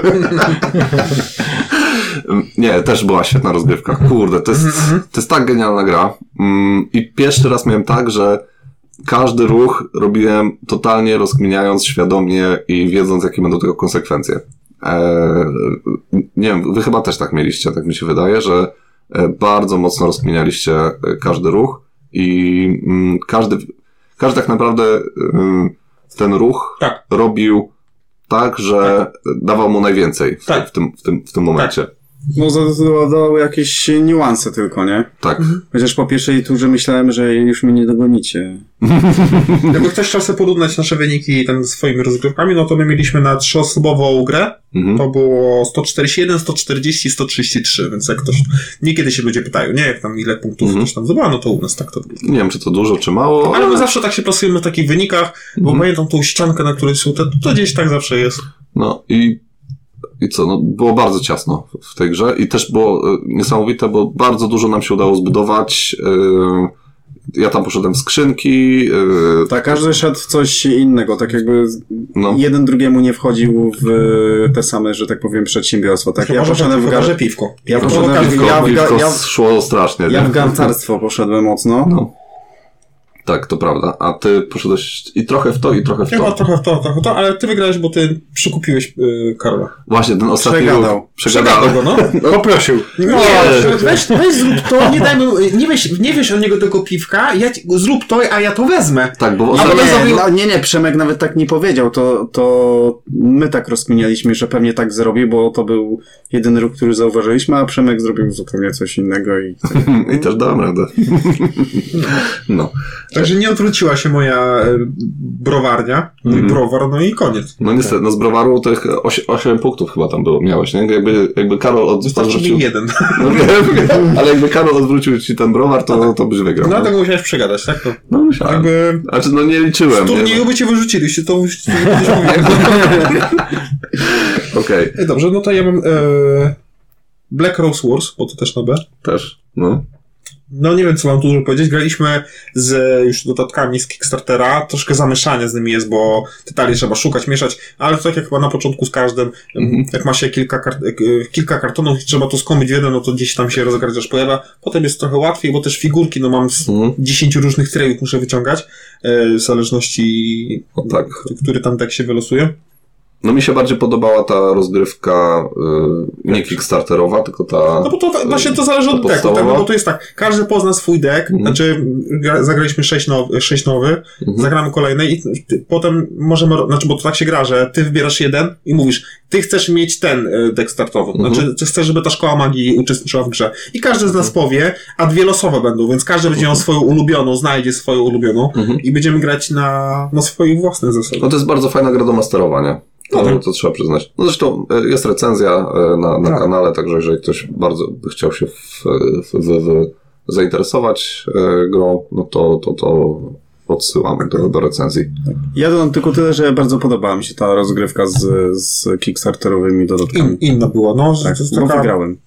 Nie, też była świetna rozgrywka. Kurde, to jest, to jest tak genialna gra. I pierwszy raz miałem tak, że każdy ruch robiłem totalnie rozkminiając, świadomie i wiedząc, jakie będą tego konsekwencje. Eee, nie wiem, wy chyba też tak mieliście, tak mi się wydaje, że bardzo mocno rozkminialiście każdy ruch i mm, każdy, każdy tak naprawdę mm, ten ruch tak. robił tak, że tak. dawał mu najwięcej w, tak. w, tym, w, tym, w tym momencie. Tak. No, dodało jakieś niuanse tylko, nie? Tak. Chociaż po pierwszej turze myślałem, że już mnie nie dogonicie. Jakby ktoś chciał sobie porównać nasze wyniki tam ze swoimi rozgrywkami, no to my mieliśmy na trzyosobową grę, mhm. to było sto czterdzieści jeden, sto czterdzieści, sto trzydzieści trzy, więc jak ktoś, niekiedy się ludzie pytają, nie, jak tam ile punktów mhm. ktoś tam zdobywa, no to u nas tak to było. Nie wiem, czy to dużo, czy mało. Ale my zawsze tak się plasujemy w takich wynikach, bo mhm. pamiętam tą ściankę, na której są te, to gdzieś tak zawsze jest. No i I co, no było bardzo ciasno w tej grze i też było y, niesamowite, bo bardzo dużo nam się udało zbudować. Y, ja tam poszedłem w skrzynki. Y, tak, każdy szedł w coś innego, tak jakby no. jeden drugiemu nie wchodził w te same, że tak powiem, przedsiębiorstwa. Tak, ja poszedłem w gar... piwko. Ja no, poszedłem piwko, w... Ja, w... piwko ja... szło strasznie. Ja nie? w garncarstwo poszedłem mocno. No. Tak, to prawda. A ty poszedłeś i trochę w to, i trochę w to. Ja trochę w to, trochę w to, ale ty wygrałeś, bo ty przykupiłeś yy, Karola. Właśnie, ten ostatni Przegadał. Przegadał go, no. no. Poprosił. Nie, nie, weź, weź zrób to, nie daj mu, nie weź, nie weź od niego tego piwka, ja ci, zrób to, a ja to wezmę. Tak, bo ale ostatnio... nie, zrobił... no, nie, nie, Przemek nawet tak nie powiedział, to, to my tak rozkminialiśmy, że pewnie tak zrobi, bo to był jedyny ruch, który zauważyliśmy, a Przemek zrobił zupełnie coś innego i... I też dałem radę. No. Także nie odwróciła się moja e, browarnia, mój mm. browar, no i koniec. No niestety, no z browaru tych osiem punktów chyba tam było, miałeś, nie? Jakby, jakby Karol od, odwrócił... jeden. No wiem, ale jakby Karol odwrócił ci ten browar, to, no, to byś wygrał. No, no tego musiałeś przegadać, tak? To, no musiałem. Jakby... Znaczy, no nie liczyłem. Z turnieju by cię wyrzuciliście, to już Okej. Okay. Dobrze, no to ja mam e, Black Rose Wars, bo to też na B. Też, no. No nie wiem, co mam tu dużo powiedzieć. Graliśmy z już dodatkami z Kickstartera. Troszkę zamieszanie z nimi jest, bo detali trzeba szukać, mieszać, ale to tak jak chyba na początku z każdym, mm-hmm. jak ma się kilka, kart- kilka kartonów i trzeba to skąpić w jeden, no to gdzieś tam się rozgrać pojawia. Potem jest trochę łatwiej, bo też figurki, no mam z mm-hmm. dziesięciu różnych trejów muszę wyciągać, w zależności, o, tak. który tam tak się wylosuje. No mi się bardziej podobała ta rozgrywka yy, nie kickstarterowa, tylko ta... No bo to właśnie to zależy od decku, tak? No bo to jest tak, każdy pozna swój deck, mm. znaczy gra, zagraliśmy sześć, now, sześć nowy, mm. zagramy kolejny i potem możemy, znaczy bo to tak się gra, że ty wybierasz jeden i mówisz, ty chcesz mieć ten deck startowy, mm. znaczy czy chcesz, żeby ta szkoła magii uczestniczyła w grze i każdy z nas powie, a dwie losowe będą, więc każdy będzie miał swoją ulubioną, znajdzie swoją ulubioną mm. i będziemy grać na, na swoich własnych zasadach. No to jest bardzo fajna gra do masterowania. To, no, to trzeba przyznać. No zresztą jest recenzja na, na tak. kanale, także jeżeli ktoś bardzo by chciał się w, w, w, w zainteresować grą, no to, to, to odsyłam do, do recenzji. Ja dodam tylko tyle, że bardzo podobała mi się ta rozgrywka z, z kickstarterowymi dodatkami. In, inna była, no. Tak, taka... bo wygrałem.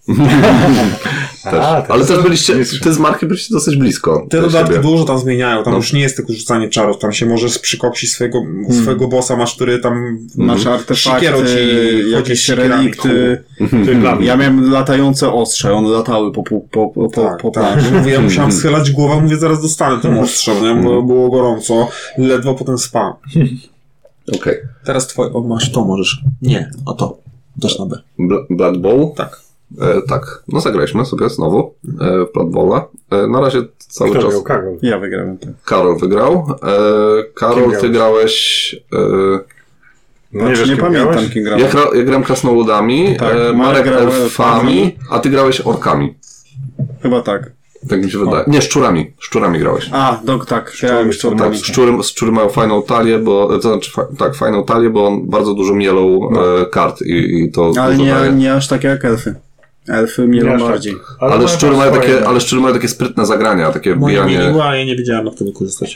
też. A, Ale też byliście, ty z Markiem byliście dosyć blisko. Te dodatki siebie. Dużo tam zmieniają, tam no. już nie jest tylko rzucanie czarów, tam się możesz przykoksić swojego, hmm. swojego bossa, masz, który tam masz artefakty, ci jakieś relikty. Hmm. Ja miałem latające ostrze, one latały po po po po, tak, po tak. Mówię, ja musiałem schylać głowę, mówię, zaraz dostanę tym ostrzem, nie? Bo było gorąco, ledwo potem spałem. Okej. Okay. Teraz twoje, o masz to możesz. Nie, o to. Też na B. Bl- Blood Bowl? Tak. E, tak. No zagraliśmy sobie znowu e, w Blood Bowla. E, na razie cały Kto czas... Grał? Karol. Ja wygrałem, tak. Karol wygrał. E, Karol, ty grałeś... E, no, nie, nie pamiętam, kim grałem. Ja, gra, ja grałem krasnoludami, tak, e, Marek elfami, a ty grałeś orkami. Chyba tak. Tak mi się wydaje. Nie, szczurami. Szczurami grałeś. A, dok, tak. Grałem szczurami. Tak, szczury, szczury mają fajną talię, bo, to znaczy, fa, tak, fajną talię, bo on bardzo dużo mielą no. e, kart i, i to ale nie, nie aż takie jak elfy. Elfy mielą bardziej. Tak. Ale, ale, szczury mają takie, ale szczury mają takie sprytne zagrania, takie wbijanie. Moja miła, ja nie wiedziałem, jak to wykorzystać.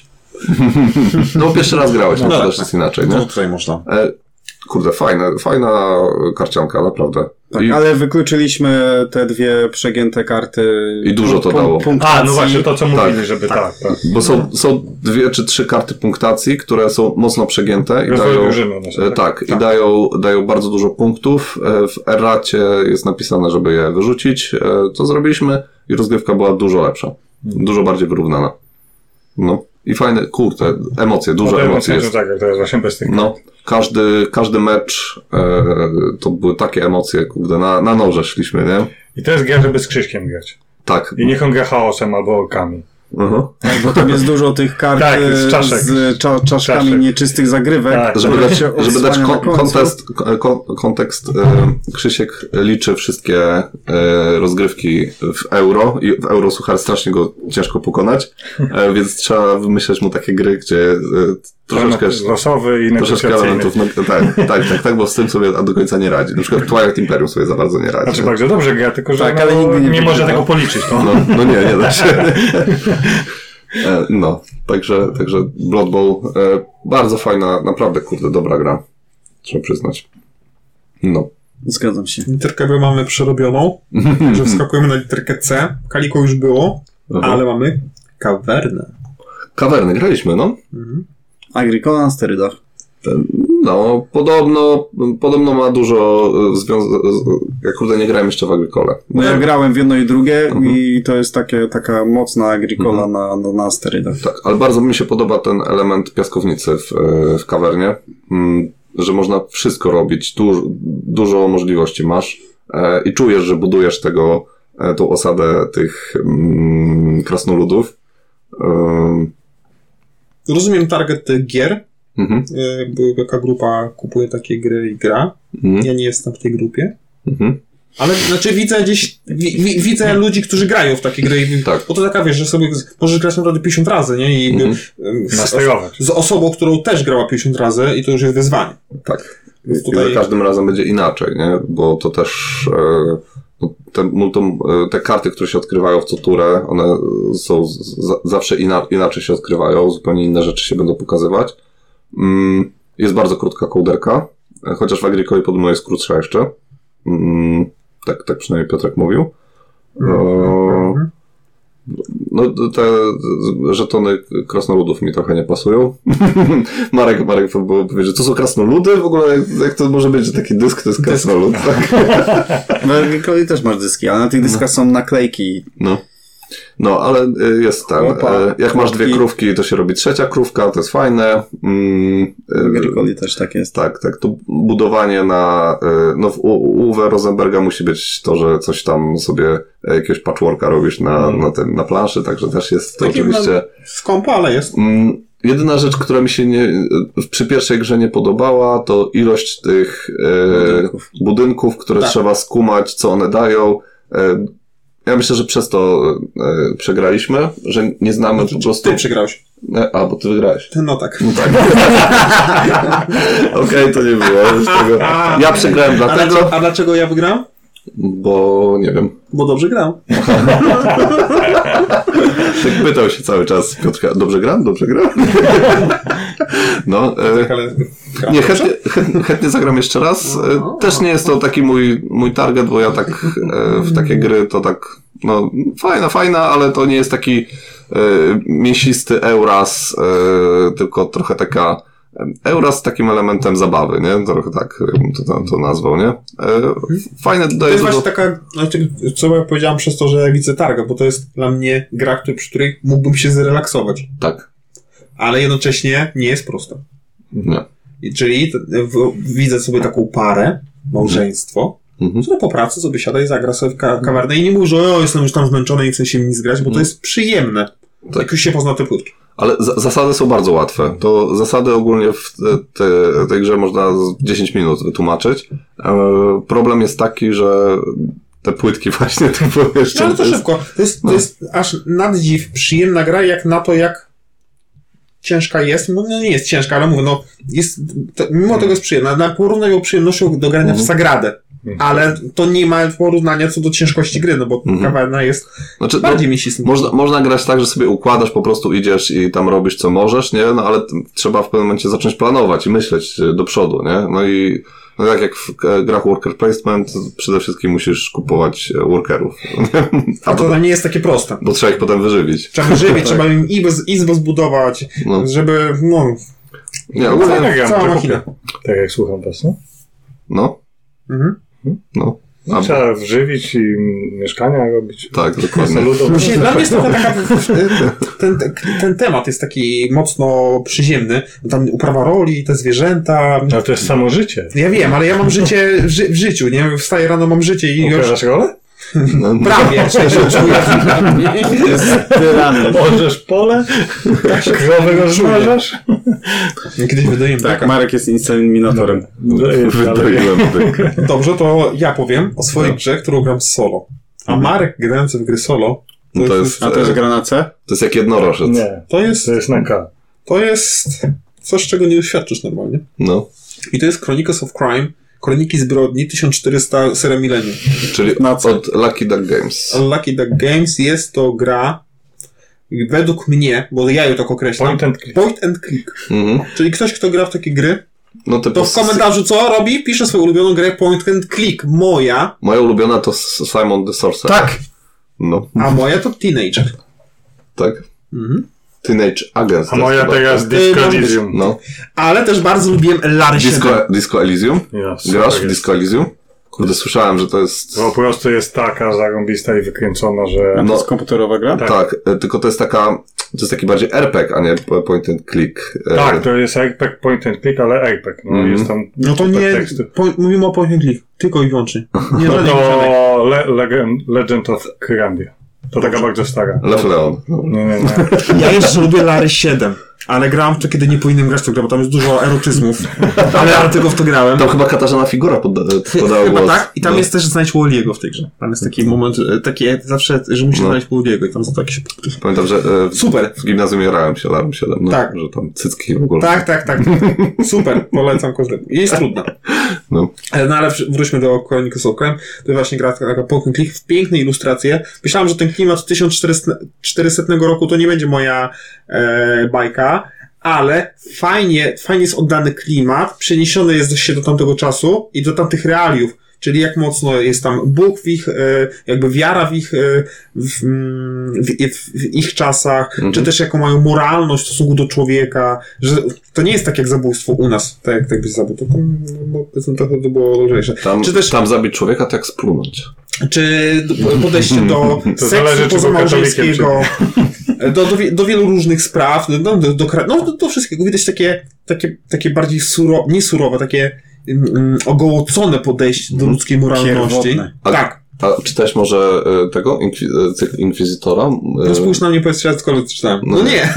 No pierwszy raz grałeś, no, No to tak, też jest inaczej, No nie? tutaj można. E, kurde, fajne, fajna karcianka, naprawdę. Tak, I, ale wykluczyliśmy te dwie przegięte karty. I dużo to dało. Punktacji. A, no właśnie to, co mówili, Tak, żeby tak, tak. bo są, są dwie czy trzy karty punktacji, które są mocno przegięte i Rozwoju dają, drużyny, one są, e, tak? tak, Tak. i dają, dają bardzo dużo punktów. E, w erracie jest napisane, żeby je wyrzucić. E, to zrobiliśmy i rozgrywka była dużo lepsza. Dużo bardziej wyrównana. No. I fajne, kurde, emocje, dużo No to emocji jest. jest. Tak, jak to jest właśnie bez tych. No, każdy, każdy mecz e, to były takie emocje, kurde, na, na noże szliśmy, nie? I to jest gra, żeby z Krzyśkiem grać. Tak. I niech on gra chaosem albo orkami. Uh-huh. Tak, bo tam jest dużo tych kart Tak, e, z czaszek. z cza, czaszkami Czaszek. nieczystych zagrywek. Tak. Żeby które dać, się żeby dać odsłania kon, na końcu. kontekst, kon, kontekst e, Krzysiek liczy wszystkie e, rozgrywki w euro i w euro, słuchaj, strasznie go ciężko pokonać, e, więc trzeba wymyślać mu takie gry, gdzie e, troszeczkę, Losowy i troszeczkę negocjacyjny. elementów, no, tak, tak, tak, tak, bo z tym sobie do końca nie radzi. Na przykład Twilight Imperium sobie za bardzo nie radzi. Znaczy bardzo dobrze gra, tylko że Tak, no, ale nigdy nie nie może wygrał. tego policzyć. No. No, no nie, nie da się. E, No, także, także Blood Bowl, e, bardzo fajna, naprawdę, kurde, dobra gra. Trzeba przyznać. No. Zgadzam się. Literkę B mamy przerobioną, że wskakujemy na literkę C. Kaliko już było, Aha. ale mamy kawernę. Kawerny graliśmy, no. Mhm. Agricola na sterydach. No, podobno, podobno ma dużo związków. Ja kurde nie grałem jeszcze w Agricole. No ja grałem w jedno i drugie Mhm. i to jest takie, taka mocna Agricola na, na, na sterydach. Tak, ale bardzo mi się podoba ten element piaskownicy w, w kawernie, mm, że można wszystko robić, du, dużo możliwości masz e, i czujesz, że budujesz tego, e, tą osadę tych mm, krasnoludów. E, Rozumiem target tych gier, mhm, yy, bo jaka grupa kupuje takie gry i gra. mhm, Ja nie jestem w tej grupie. mhm. Ale znaczy widzę gdzieś, wi, wi, widzę ludzi, którzy grają w takie gry. I, Tak. Bo to taka, wiesz, że sobie z- możesz grać naprawdę pięćdziesiąt razy, nie? I Mhm. ym, z, Nasterować. z osobą, którą też grała pięćdziesiąt razy i to już jest wyzwanie. Tak. Więc I tutaj- za każdym razem będzie inaczej, nie? Bo to też e, no, te, multum, e, te karty, które się odkrywają w co turę, one są z, za, zawsze ina, inaczej się odkrywają, zupełnie inne rzeczy się będą pokazywać. Mm, jest bardzo krótka kołderka, e, chociaż w Agricoli podobno jest krótsza jeszcze. Mm, tak, tak przynajmniej Piotrek mówił. E, no te żetony krasnoludów mi trochę nie pasują. Marek, Marek próbował powiedzieć, że to są krasnoludy? W ogóle jak, jak to może być, że taki dysk to jest krasnolud? Tak? W Agricoli też masz dyski, ale na tych dyskach są naklejki. No. No, ale y, jest ten. Opa, e, jak masz dwie krówki. krówki, to się robi trzecia krówka, to jest fajne. Mm, W Agricoli też tak jest. tak, tak. To budowanie na. y, No, w u Uwe Rosenberga musi być to, że coś tam sobie e, jakiegoś patchworka robisz na, na, tym, na planszy, także też jest to Takie oczywiście. Skąpa, ale jest. Mm, jedyna rzecz, która mi się nie, przy pierwszej grze nie podobała, to ilość tych e, Budynków. budynków, które Tak. trzeba skumać, co one dają. E, ja myślę, że przez to e, przegraliśmy, że nie znamy Znaczy, po prostu... Ty przegrałeś. E, a, bo ty wygrałeś. No tak. No tak. Okej, to nie było. Już tego. Ja przegrałem A dlatego, dlaczego, a dlaczego ja wygrałem? bo nie wiem. Bo dobrze gram. Tak pytał się cały czas Piotrka, dobrze gram? Dobrze gram? No, e, Tak, ale gram nie, dobrze? chętnie, chętnie, chętnie zagram jeszcze raz. E, Też nie jest to taki mój, mój target, bo ja tak e, w takie gry to tak, no fajna, fajna, ale to nie jest taki e, mięsisty Euras, e, tylko trochę taka Euras z takim elementem zabawy, nie? Trochę tak bym to, to, to nazwał, nie? E, fajne To dodaje jest dużo... właśnie taka, znaczy, co ja powiedziałem przez to, że ja widzę targa, bo to jest dla mnie gra, który, przy której mógłbym się zrelaksować. Tak, Ale jednocześnie nie jest prosta. nie. I Czyli t- w, widzę sobie taką parę, małżeństwo, Mhm. które po pracy sobie siada i zagra sobie w ka- kawernę i nie mówi, że o, jestem już tam zmęczony i chcę się nic grać, bo to jest przyjemne. Tak. Jak już się pozna te płytki. Ale za- zasady są bardzo łatwe. To zasady ogólnie w te, te, tej grze można z dziesięć minut wytłumaczyć. E, problem jest taki, że te płytki właśnie to było jeszcze... No ale to jest- szybko. To jest, to no. jest aż nad dziw przyjemna gra, jak na to, jak ciężka jest. No nie jest ciężka, ale mówię, no jest, to, mimo tego jest przyjemna. Na porównaj ją przyjemnością do grania w Sagradę. ale to nie ma porównania co do ciężkości gry, no bo Mhm. kawerna jest Znaczy, bardziej no, mięsista. można, można grać tak, że sobie układasz, po prostu idziesz i tam robisz co możesz, nie? No ale t- trzeba w pewnym momencie zacząć planować i myśleć y, do przodu, nie? No i no tak jak w e, grach worker placement, przede wszystkim musisz kupować e, workerów. A to nie jest takie proste. Bo trzeba ich potem wyżywić. Trzeba wyżywić, trzeba im izbę, izbę zbudować, No. żeby, no, Nie, No, ogólnie, tak, ja cała może machina. kupię. Tak jak słucham was, no? no, Mhm. no. No, A, trzeba wżywić i mieszkania robić. tak, dokładnie. Ludowe. Właśnie dla mnie jest trochę taka, ten, ten, ten temat jest taki mocno przyziemny, tam uprawa roli, te zwierzęta. No to jest samo życie. Ja wiem, ale ja mam życie w, ży, w życiu, nie? Wstaję rano, mam życie i już Uprawiasz rolę? No, prawie część czuję. Jest tyrany. Możesz pole? Krowy rozmnażasz? Kiedyś wydaje mi Tak, taka. Marek jest inseminatorem. No, jest, ale... Wydoiłem byk. Dobrze, to ja powiem o swojej No. grze, którą gram solo. A Marek grający w gry solo, to, No to jest, jest, A też e, gra na C? to jest jak jednorożec. Nie, to jest, to jest na K. to jest coś, czego nie doświadczysz normalnie. No. I to jest Chronicles of Crime, Kroniki Zbrodni tysiąc czterysta Sera Millennium. Czyli Na co? od Lucky Duck Games. Lucky Duck Games jest to gra, według mnie, bo ja ją tak określam, Point and click. point and click. Mhm. Czyli ktoś, kto gra w takie gry, No to, to w komentarzu co robi? Pisze swoją ulubioną grę point and click. Moja, Moja ulubiona to S- Simon the Sorcerer. tak, No, a moja to Teenager. tak. Mhm. Teenage Agents. A to jest moja chyba- teraz Y, Disco może być. Elysium. No. Ale też bardzo lubiłem Larry siedem. Disco, Disco Elysium? Ja, super Grasz w jest. Disco Elysium? Kurde, słyszałem, że to jest... Po prostu jest taka zarąbista i wykręcona, że... A to No. jest komputerowa gra? Tak. Tak, e, tylko to jest taka... To jest taki bardziej R P G, a nie p- point and click. E, Tak, to jest R P G, point and click, ale R P G. No, Mhm. jest tam No to super nie, teksty. po, mówimy o point and click, tylko i wyłącznie. Nie No żadnej grzenek. to Le Legend, Legend of Kyrandia. To taka bardzo stara. Left Leon. Nie, nie, nie. Ja jeszcze lubię Larry siedem, ale grałem w to, kiedy nie powinienem grać w to grę, bo tam jest dużo erotyzmów. Ale ja tylko w to grałem. Tam chyba Katarzyna Figura podda- podała Chyba głos. tak. I tam No. jest też znajdź Walliego w tej grze. Tam jest taki moment, e, taki zawsze, że musisz No. znaleźć Walliego i tam są takie się... Pamiętam, że e, w, Super. w gimnazjum jarałem się Alarm siedem. No, Tak. Że tam cycki w ogóle. Tak, tak, tak. Super. Polecam każdemu. Jest trudna. No. E, No ale wr- wróćmy do Chronicles of Crime. To jest właśnie gra taka point and click w piękne ilustracje. Myślałem, że ten klimat tysiąc czterysta roku to nie będzie moja e, bajka, ale fajnie, fajnie jest oddany klimat, przeniesiony jest się do tamtego czasu i do tamtych realiów. Czyli jak mocno jest tam Bóg w ich, e, jakby wiara w ich, e, w, mm, w, w, w ich czasach, Mhm. czy też jaką mają moralność w stosunku do człowieka, że to nie jest tak jak zabójstwo u nas, tak jak tak byś zabił, to, to, to, to, to było lżejsze. Tam, Czy też, tam zabić człowieka to jak splunąć. czy d- podejście do To seksu zależy, czy był pozamałżeńskiego, do, do, wie- do wielu różnych spraw, do, do, do, kra- no, do, do wszystkiego. Widać takie, takie, takie bardziej surowe, nie surowe, takie mm, ogołocone podejście do ludzkiej moralności. Pierwotne. A- Tak. A czytałeś może e, tego? Inkwi- e, cykl Inkwizytora? E, No spójrz na mnie, powiedz, ja tylko czytałem. No, No. nie.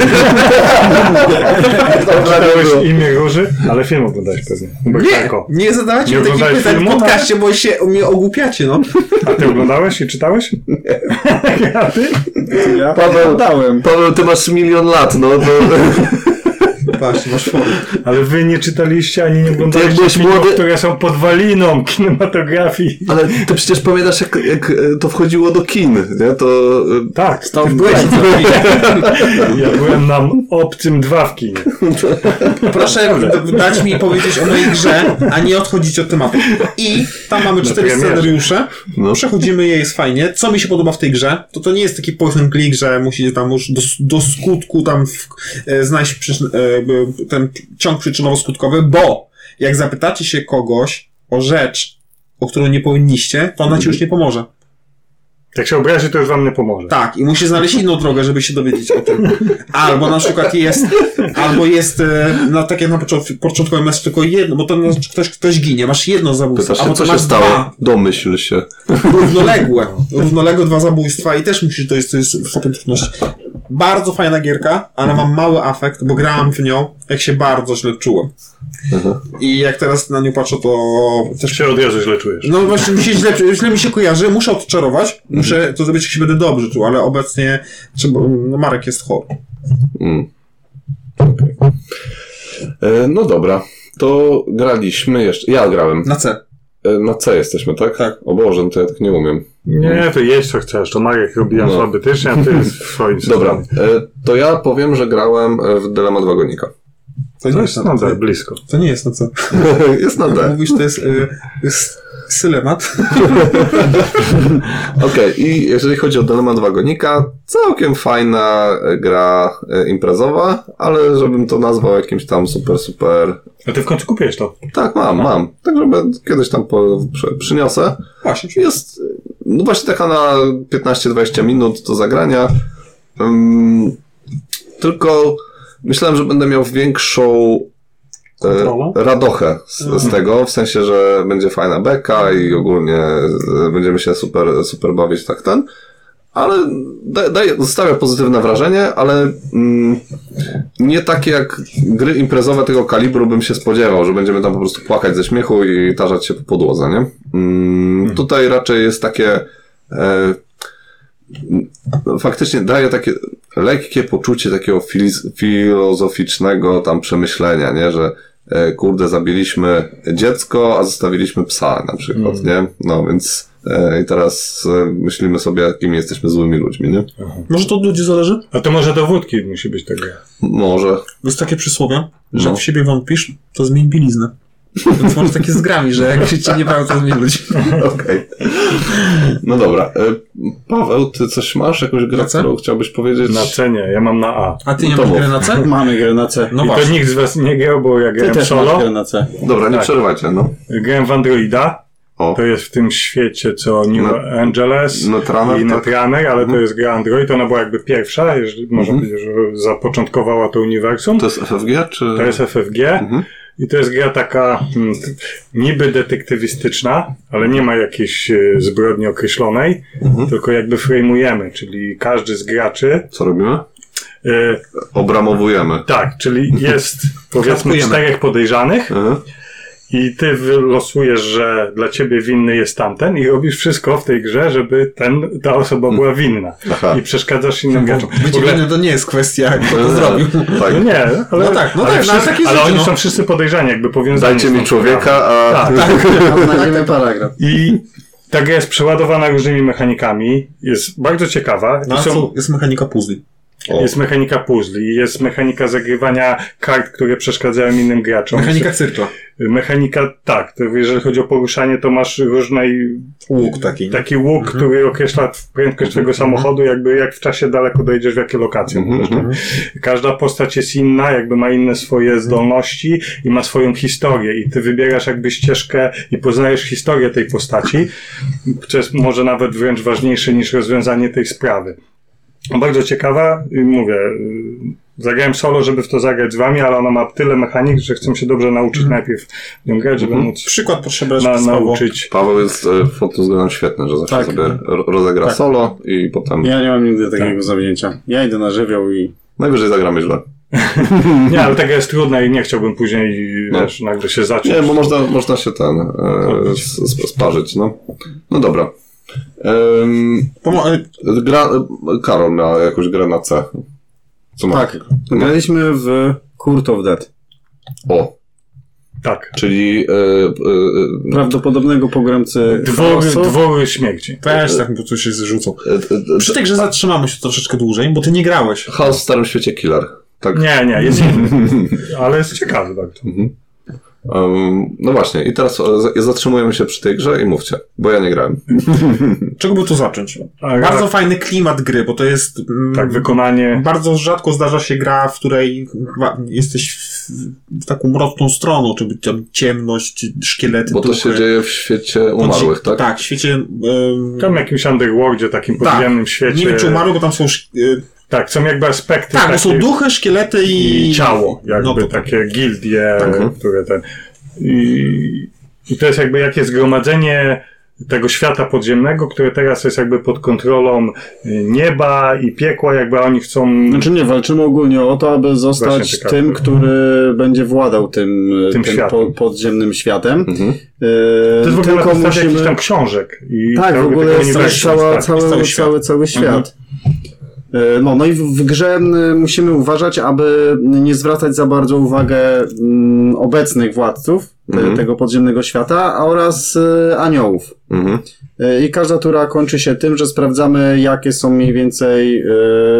Oglądałeś Imię Róży, ale film oglądałeś pewnie. Bo Nie, Tako. nie zadawajcie Nie mi takich oglądałeś pytań w filmu? podcaście, bo się mnie ogłupiacie, no. A ty oglądałeś i czytałeś? A ty? Ja Paweł- dałem. Paweł, ty masz milion lat, no to... Właśnie, masz fory. Ale wy nie czytaliście ani nie oglądaliście byłeś filmów, młody- które są podwaliną kinematografii. Ale ty przecież pamiętasz, jak, jak e, to wchodziło do kin, nie? To... e, Tak, Stał w Byłeś ja byłem na Obcym dwa w kinie. Proszę d- dać mi powiedzieć o mojej grze, a nie odchodzić od tematu. I tam mamy cztery premierze. scenariusze. No. Przechodzimy je, jest fajnie. Co mi się podoba w tej grze, to to nie jest taki point and click, że musicie tam już do, do skutku tam w, e, znaleźć przyczyn, e, b- ten ciąg przyczynowo-skutkowy, bo jak zapytacie się kogoś o rzecz, o którą nie powinniście, to ona ci już nie pomoże. Jak się obrazi, to już wam nie pomoże. Tak, i musi znaleźć inną drogę, żeby się dowiedzieć o tym. Albo na przykład jest, albo jest, e, no tak jak na początku, początkowo masz tylko jedno, bo to no, ktoś, ktoś ginie, masz jedno zabójstwo, Pytasz się, albo co to się masz stało? dwa Domyśl się. równoległe, równoległe dwa zabójstwa i też musisz, to jest, to jest stopień trudności. Bardzo fajna gierka, ale mam mały afekt, bo grałem w nią, jak się bardzo źle czułem. Aha. I jak teraz na nią patrzę, to też Się od razu źle czujesz. no właśnie mi się źle, źle mi się kojarzy, muszę odczarować, muszę to zrobić, jak się będę dobrze czuł, ale obecnie trzeba, no Marek jest chory. Mm. E, no dobra. To graliśmy jeszcze... Ja grałem. Na C. na C jesteśmy, tak? Tak. O Boże, no to ja tak nie umiem. Nie, to jeść co chcesz, to Marek robi alfabetycznie, a ty w swoim Dobra, to ja powiem, że grałem w Dylemat Wagonika. To nie jest na D, blisko. To nie jest na co. Jest na D. Mówisz, to jest, y, jest Sylemat. Okej, okay, i jeżeli chodzi o Dylemat Wagonika, całkiem fajna gra imprezowa, ale żebym to nazwał jakimś tam super, super... A ty w końcu kupiłeś to? Tak, mam, mam. Tak, żeby kiedyś tam po, przy, przyniosę. Właśnie. Jest, no właśnie taka na piętnaście dwadzieścia minut do zagrania. Um, tylko myślałem, że będę miał większą Kontrolę? radochę z, z Mhm. tego, w sensie, że będzie fajna beka i ogólnie będziemy się super, super bawić tak ten, ale daje, daje, zostawia pozytywne wrażenie, ale mm, nie takie jak gry imprezowe tego kalibru bym się spodziewał, że będziemy tam po prostu płakać ze śmiechu i tarzać się po podłodze, nie? Mm, mhm. Tutaj raczej jest takie e, faktycznie daje takie lekkie poczucie takiego filiz- filozoficznego tam przemyślenia, nie, że e, kurde, zabiliśmy dziecko, a zostawiliśmy psa na przykład, mm. nie? No więc e, i teraz e, myślimy sobie, jakimi jesteśmy złymi ludźmi, nie? Aha. Może to od ludzi zależy? A to może do wódki musi być tego. Może. Jest takie przysłowie, że No. jak w siebie wątpisz, to zmień bieliznę. Więc może takie z grami, że jak się cię nie bawią, to zmień ludzi. Okej. No dobra. E, Paweł, ty coś masz? Jakąś grę, Na C? którą chciałbyś powiedzieć? Na C nie, ja mam na A. A ty nie To masz mów. gry na C? Mamy grę na C. No I to właśnie. nikt z was nie grał, bo ja Ty grałem też solo. masz grę na C. Dobra, nie Tak. przerywajcie, no. Grałem w Androida. O. To jest w tym świecie, co New No- Angeles Netrunner, i tak? Netrunner, ale to Mhm. jest gra Android. Ona była jakby pierwsza, jeżeli można Mhm. powiedzieć, że zapoczątkowała to uniwersum. To jest F F G, czy... To jest F F G. Mhm. I to jest gra taka hmm, niby detektywistyczna, ale nie ma jakiejś e, zbrodni określonej, Mhm. tylko jakby frame'ujemy, czyli każdy z graczy Co robimy? e, Obramowujemy. tak, czyli jest powiedzmy Klaskujemy. czterech podejrzanych Mhm. i ty wylosujesz, że dla ciebie winny jest tamten i robisz wszystko w tej grze, żeby ten, ta osoba była winna. Aha. I przeszkadzasz innym graczom. W Bycie ogóle- winny to nie jest kwestia, kto to zrobił. Tak. No nie, ale, No tak, no ale, tak, no ale wszyscy, takie ale rzeczy, oni no. są wszyscy podejrzani, jakby powiązani. Dajcie z tą mi człowieka, a... Tak. A znajdziemy paragraf. I ta gra jest przeładowana różnymi mechanikami, jest bardzo ciekawa. No I a są, co? Jest mechanika puzli. O. jest mechanika puzli, jest mechanika zagrywania kart, które przeszkadzają innym graczom. Mechanika cyrkla. Mechanika, tak, to jeżeli chodzi o poruszanie, to masz różnej Łuk taki. taki łuk, Mhm. który określa prędkość twojego samochodu, jakby jak w czasie daleko dojedziesz, w jakie lokacje Mhm, możesz. mhm. Każda postać jest inna, jakby ma inne swoje zdolności i ma swoją historię i ty wybierasz jakby ścieżkę i poznajesz historię tej postaci, co jest może nawet wręcz ważniejsze niż rozwiązanie tej sprawy. Bardzo ciekawa i mówię, y, zagrałem solo, żeby w to zagrać z wami, ale ona ma tyle mechanik, że chcę się dobrze nauczyć Mhm. najpierw w nią grać, żeby Mhm. móc Przykład proszę brać na, słowo. nauczyć. Paweł jest e, pod tym względem świetny, że zawsze Tak. sobie ro- rozegra Tak. solo i potem Ja nie mam nigdy takiego Tak. zawinięcia. Ja idę na żywioł i... najwyżej zagramy źle. Nie, ale taka jest trudna i nie chciałbym później No. wiesz, nagle się zacząć. Nie, bo można, można się ten e, s- s- sparzyć, no. No dobra. Ehm, Pomo- ale gra, Karol miał jakąś grę na C. Co ma? Tak. Graliśmy w Court of Death. O, Tak. czyli e, e, Prawdopodobnego pogromcy Dwory, chaosu. dwory śmierci. weź tak, bo tu się zrzucą. e, e, Przy tej grze zatrzymamy się troszeczkę dłużej, bo ty nie grałeś. Chaos w Starym Świecie Killer. Tak. Nie, nie, jest inny. Ale jest ciekawy bardzo. Mhm. Um, no właśnie, i teraz e, z- zatrzymujemy się przy tej grze i mówcie, bo ja nie grałem. Czego by tu zacząć? A, Bardzo fajny klimat gry, bo to jest... mm, Tak, wykonanie. Bardzo rzadko zdarza się gra, w której wa- jesteś w, w taką mroczną stroną, czyli tam ciemność, szkielety, Bo to duchy. się dzieje w świecie umarłych, tak? Tak, w świecie... em, Tam w jakimś underworldzie, takim Tak. podziemnym świecie. nie wiem, czy umarły, bo tam są... sz- y, Tak, są jakby aspekty tak, bo takie są duchy, szkielety i... i ciało, jakby No to- takie gildie, Mhm. które ten... I, I to jest jakby jakie zgromadzenie tego świata podziemnego, które teraz jest jakby pod kontrolą y, nieba i piekła, jakby oni chcą... Znaczy nie, walczymy ogólnie o to, aby zostać Właśnie ciekawe. tym, który będzie władał tym, Tym tym światem. po, podziemnym światem. Mhm. E, To jest w ogóle na tylko podstawie musimy... jakichś tam książek. I Tak, w tego- ogóle tego jest uniwersum, cała, tak. cały, cały cały, świat. cały, cały świat. No, no i w, w grze musimy uważać, aby nie zwracać za bardzo uwagę m, obecnych władców te, mhm. tego podziemnego świata oraz e, aniołów. Mhm. E, I każda tura kończy się tym, że sprawdzamy, jakie są mniej więcej e,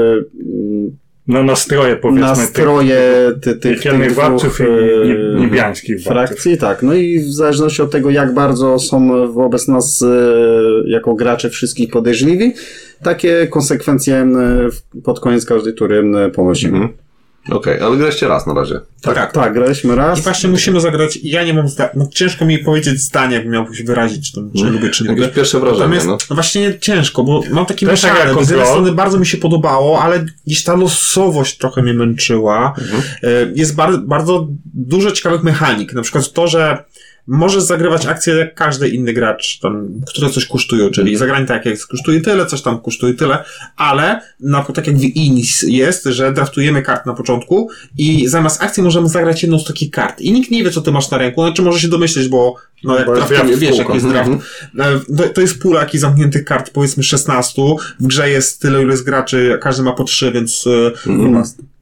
no nastroje, powiedzmy. Nastroje tych, tych, tych, tych władców i niebiańskich frakcji, tak. No i w zależności od tego, jak bardzo są wobec nas e, jako gracze wszystkich podejrzliwi, takie konsekwencje pod koniec każdej tury ponosimy. Mhm. Okej, okay, ale graliście raz na razie. Tak, tak, tak, graliśmy raz. I właśnie musimy zagrać, ja nie mam zda- no ciężko mi powiedzieć zdanie, jakbym miał się wyrazić, czy, to, czy lubię, czy nie lubię. Pierwsze wrażenie, Natomiast, no. no właśnie ciężko, bo mam takie mieszane, bo z jednej strony bardzo mi się podobało, ale gdzieś ta losowość trochę mnie męczyła. Mhm. Jest bar- bardzo dużo ciekawych mechanik, na przykład to, że możesz zagrywać akcje jak każdy inny gracz, tam, które coś kosztują, czyli mm. zagranie tak jak kosztuje tyle, coś tam kosztuje tyle, ale na, tak jak w Inis jest, że draftujemy kart na początku i zamiast akcji możemy zagrać jedną z takich kart. I nikt nie wie, co ty masz na ręku, znaczy może się domyśleć, bo no jak draftujesz, wiesz, jak jest draft. Mm. To, to jest pula jakichś zamkniętych kart, powiedzmy szesnastu, w grze jest tyle, ile jest graczy, każdy ma po trzy, więc mm.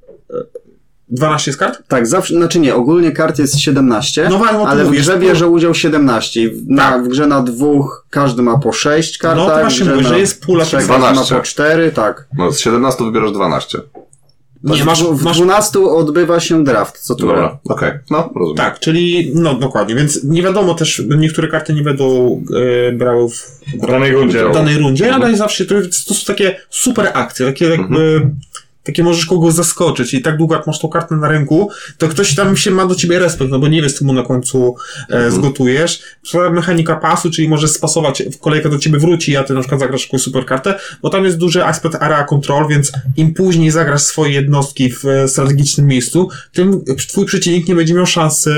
dwanaście jest kart? Tak, zawsze, znaczy nie, ogólnie kart jest siedemnaście, no, no, ale w grze bierze udział siedemnaście. Na, tak. W grze na dwóch każdy ma po sześć kart. No to właśnie mówię, że jest pula trzech ma po cztery, tak. No z siedemnastu wybierasz dwanaście. Nie, masz, w masz... dwunastu odbywa się draft, co tu. Dobra, okej, okay. No rozumiem. Tak, czyli, no dokładnie, więc nie wiadomo też, niektóre karty nie będą e, brały w, w danej rundzie, w danej rundzie mhm. ale zawsze to, to są takie super akcje, takie jakby... Mhm. Takie możesz kogoś zaskoczyć i tak długo jak masz tą kartę na ręku, to ktoś tam się ma do ciebie respekt, no bo nie wiesz, co mu na końcu e, zgotujesz. Twoja mechanika pasu, czyli możesz spasować, w kolejkę do ciebie wróci, a ty na przykład zagrasz jakąś super kartę, bo tam jest duży aspekt area control, więc im później zagrasz swoje jednostki w e, strategicznym miejscu, tym twój przeciwnik nie będzie miał szansy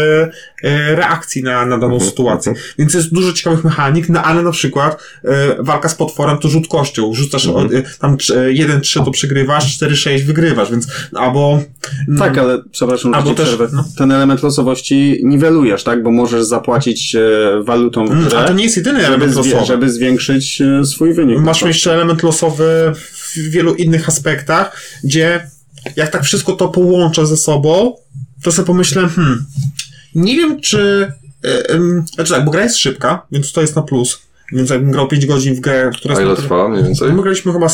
e, reakcji na, na daną sytuację. Więc jest dużo ciekawych mechanik, no ale na przykład e, walka z potworem to rzut kością. Rzucasz mm. e, tam jeden trzy to przegrywasz, cztery sześć wygrywasz, więc albo... Tak, ale przepraszam, albo też, przerwę. No. Ten element losowości niwelujesz, tak? Bo możesz zapłacić e, walutą w grze, a to nie jest jedyny element żeby, losowy. Żeby zwiększyć e, swój wynik. Masz jeszcze element losowy w wielu innych aspektach, gdzie jak tak wszystko to połączę ze sobą, to sobie pomyślę, hmm, nie wiem, czy... E, e, znaczy tak, bo gra jest szybka, więc to jest na plus. Więc jakbym grał pięć godzin w grę, która... A ile trwa mniej więcej? My graliśmy chyba...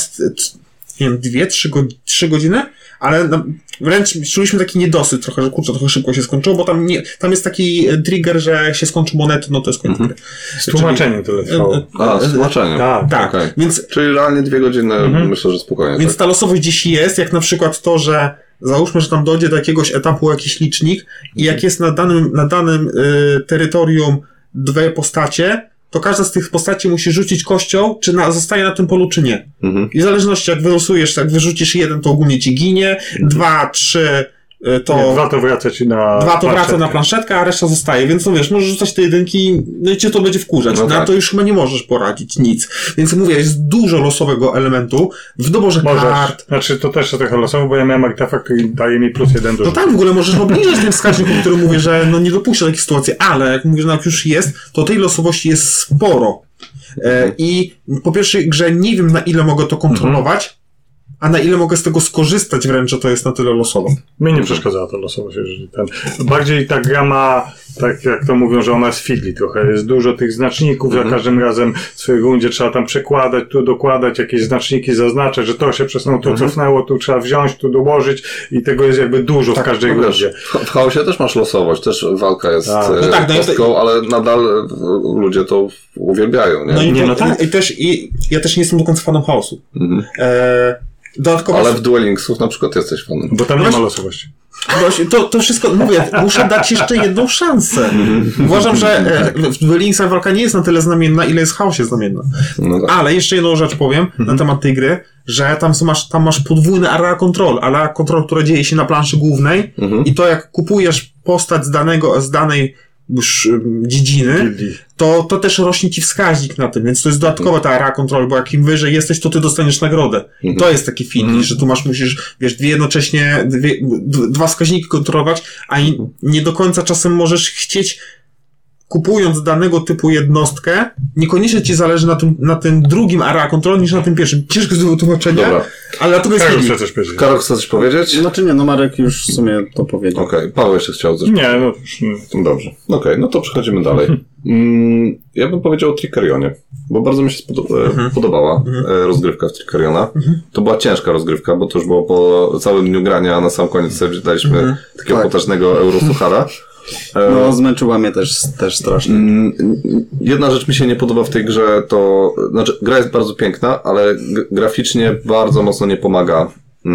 nie wiem, dwie, trzy, go, trzy godziny, ale no, wręcz czuliśmy taki niedosyt trochę, że kurczę, trochę szybko się skończyło, bo tam nie, tam jest taki trigger, że jak się skończy monety, no to jest koniec gry. Z tłumaczeniem tyle trwało. A, z tłumaczeniem. Tak, tak. Okay. Więc, czyli realnie dwie godziny, mhm. myślę, że spokojnie. Więc tak. ta losowość gdzieś jest, jak na przykład to, że załóżmy, że tam dojdzie do jakiegoś etapu jakiś licznik i jak jest na danym, na danym y, terytorium dwie postacie, to każda z tych postaci musi rzucić kością, czy na, zostaje na tym polu, czy nie. Mhm. I w zależności jak wylosujesz, jak wyrzucisz jeden, to ogólnie ci ginie, mhm. dwa, trzy, to... Nie, dwa to wraca ci na Dwa to wraca na planszetkę, a reszta zostaje, więc no wiesz, możesz rzucać te jedynki, no i cię to będzie wkurzać. No, no tak. To już chyba nie możesz poradzić nic. Więc mówię, jest dużo losowego elementu w doborze możesz. Kart. Znaczy, to też jest trochę losowo, bo ja miałem artefakt, który daje mi plus jeden do No tak, w ogóle możesz obniżyć ten wskaźnik, o którym mówię, że no nie dopuszczę takiej sytuacji, ale jak mówię, że jak już jest, to tej losowości jest sporo. E, I po pierwszej grze nie wiem, na ile mogę to kontrolować, mhm. a na ile mogę z tego skorzystać wręcz, że to jest na tyle losowo. Mnie nie przeszkadzała ta losowość, jeżeli ten... Bardziej ta gra ma, tak jak to mówią, że ona jest fiddly trochę. Jest dużo tych znaczników, mm-hmm. za każdym razem w swojej rundzie trzeba tam przekładać, tu dokładać, jakieś znaczniki zaznaczać, że to się przesunęło, tu mm-hmm. cofnęło, tu trzeba wziąć, tu dołożyć i tego jest jakby dużo tak, w każdej no rundzie. W, w chaosie też masz losowość, też walka jest no tak, no kostką, to... ale nadal ludzie to uwielbiają, nie? No i, nie, no tak. I też, i ja też nie jestem do końca fanem chaosu. Mm-hmm. E... Dodatkowo... Ale w Duel Linksów na przykład jesteś fanem. Bo tam nie ma losowości. To, to wszystko, mówię, muszę dać jeszcze jedną szansę. Uważam, że w Duel Linksach walka nie jest na tyle znamienna, ile jest w chaosie znamienna. No tak. Ale jeszcze jedną rzecz powiem mhm. na temat tej gry, że tam masz, tam masz podwójny area control, area control, która dzieje się na planszy głównej mhm. i to jak kupujesz postać z danego, z danej już dziedziny, to, to też rośnie ci wskaźnik na tym, więc to jest dodatkowa ta area control, bo jak im wyżej jesteś, to ty dostaniesz nagrodę. Mm-hmm. To jest taki feeling, mm-hmm. że tu masz, musisz, wiesz, dwie jednocześnie, dwie, d- dwa wskaźniki kontrolować, a i nie do końca czasem możesz chcieć kupując danego typu jednostkę, niekoniecznie ci zależy na tym, na tym drugim area control niż na tym pierwszym. Ciężko do wytłumaczenia, Dobra. ale dlatego jest Karol Lili. chce coś powiedzieć. Karol, chce coś powiedzieć? Znaczy nie, no Marek już w sumie to powiedział. Okej, okay. Paweł jeszcze chciał coś Nie, no już nie. Dobrze. Okej, okay, no to przechodzimy dalej. Mm, ja bym powiedział o Trickerionie, bo bardzo mi się spodo- mhm. podobała mhm. rozgrywka w Trickeriona. Mhm. To była ciężka rozgrywka, bo to już było po całym dniu grania, a na sam koniec sobie daliśmy mhm. takiego tak. potężnego Eurosuchara. No, zmęczyła mnie też, też strasznie. Jedna rzecz mi się nie podoba w tej grze, to znaczy gra jest bardzo piękna, ale g- graficznie bardzo mocno nie pomaga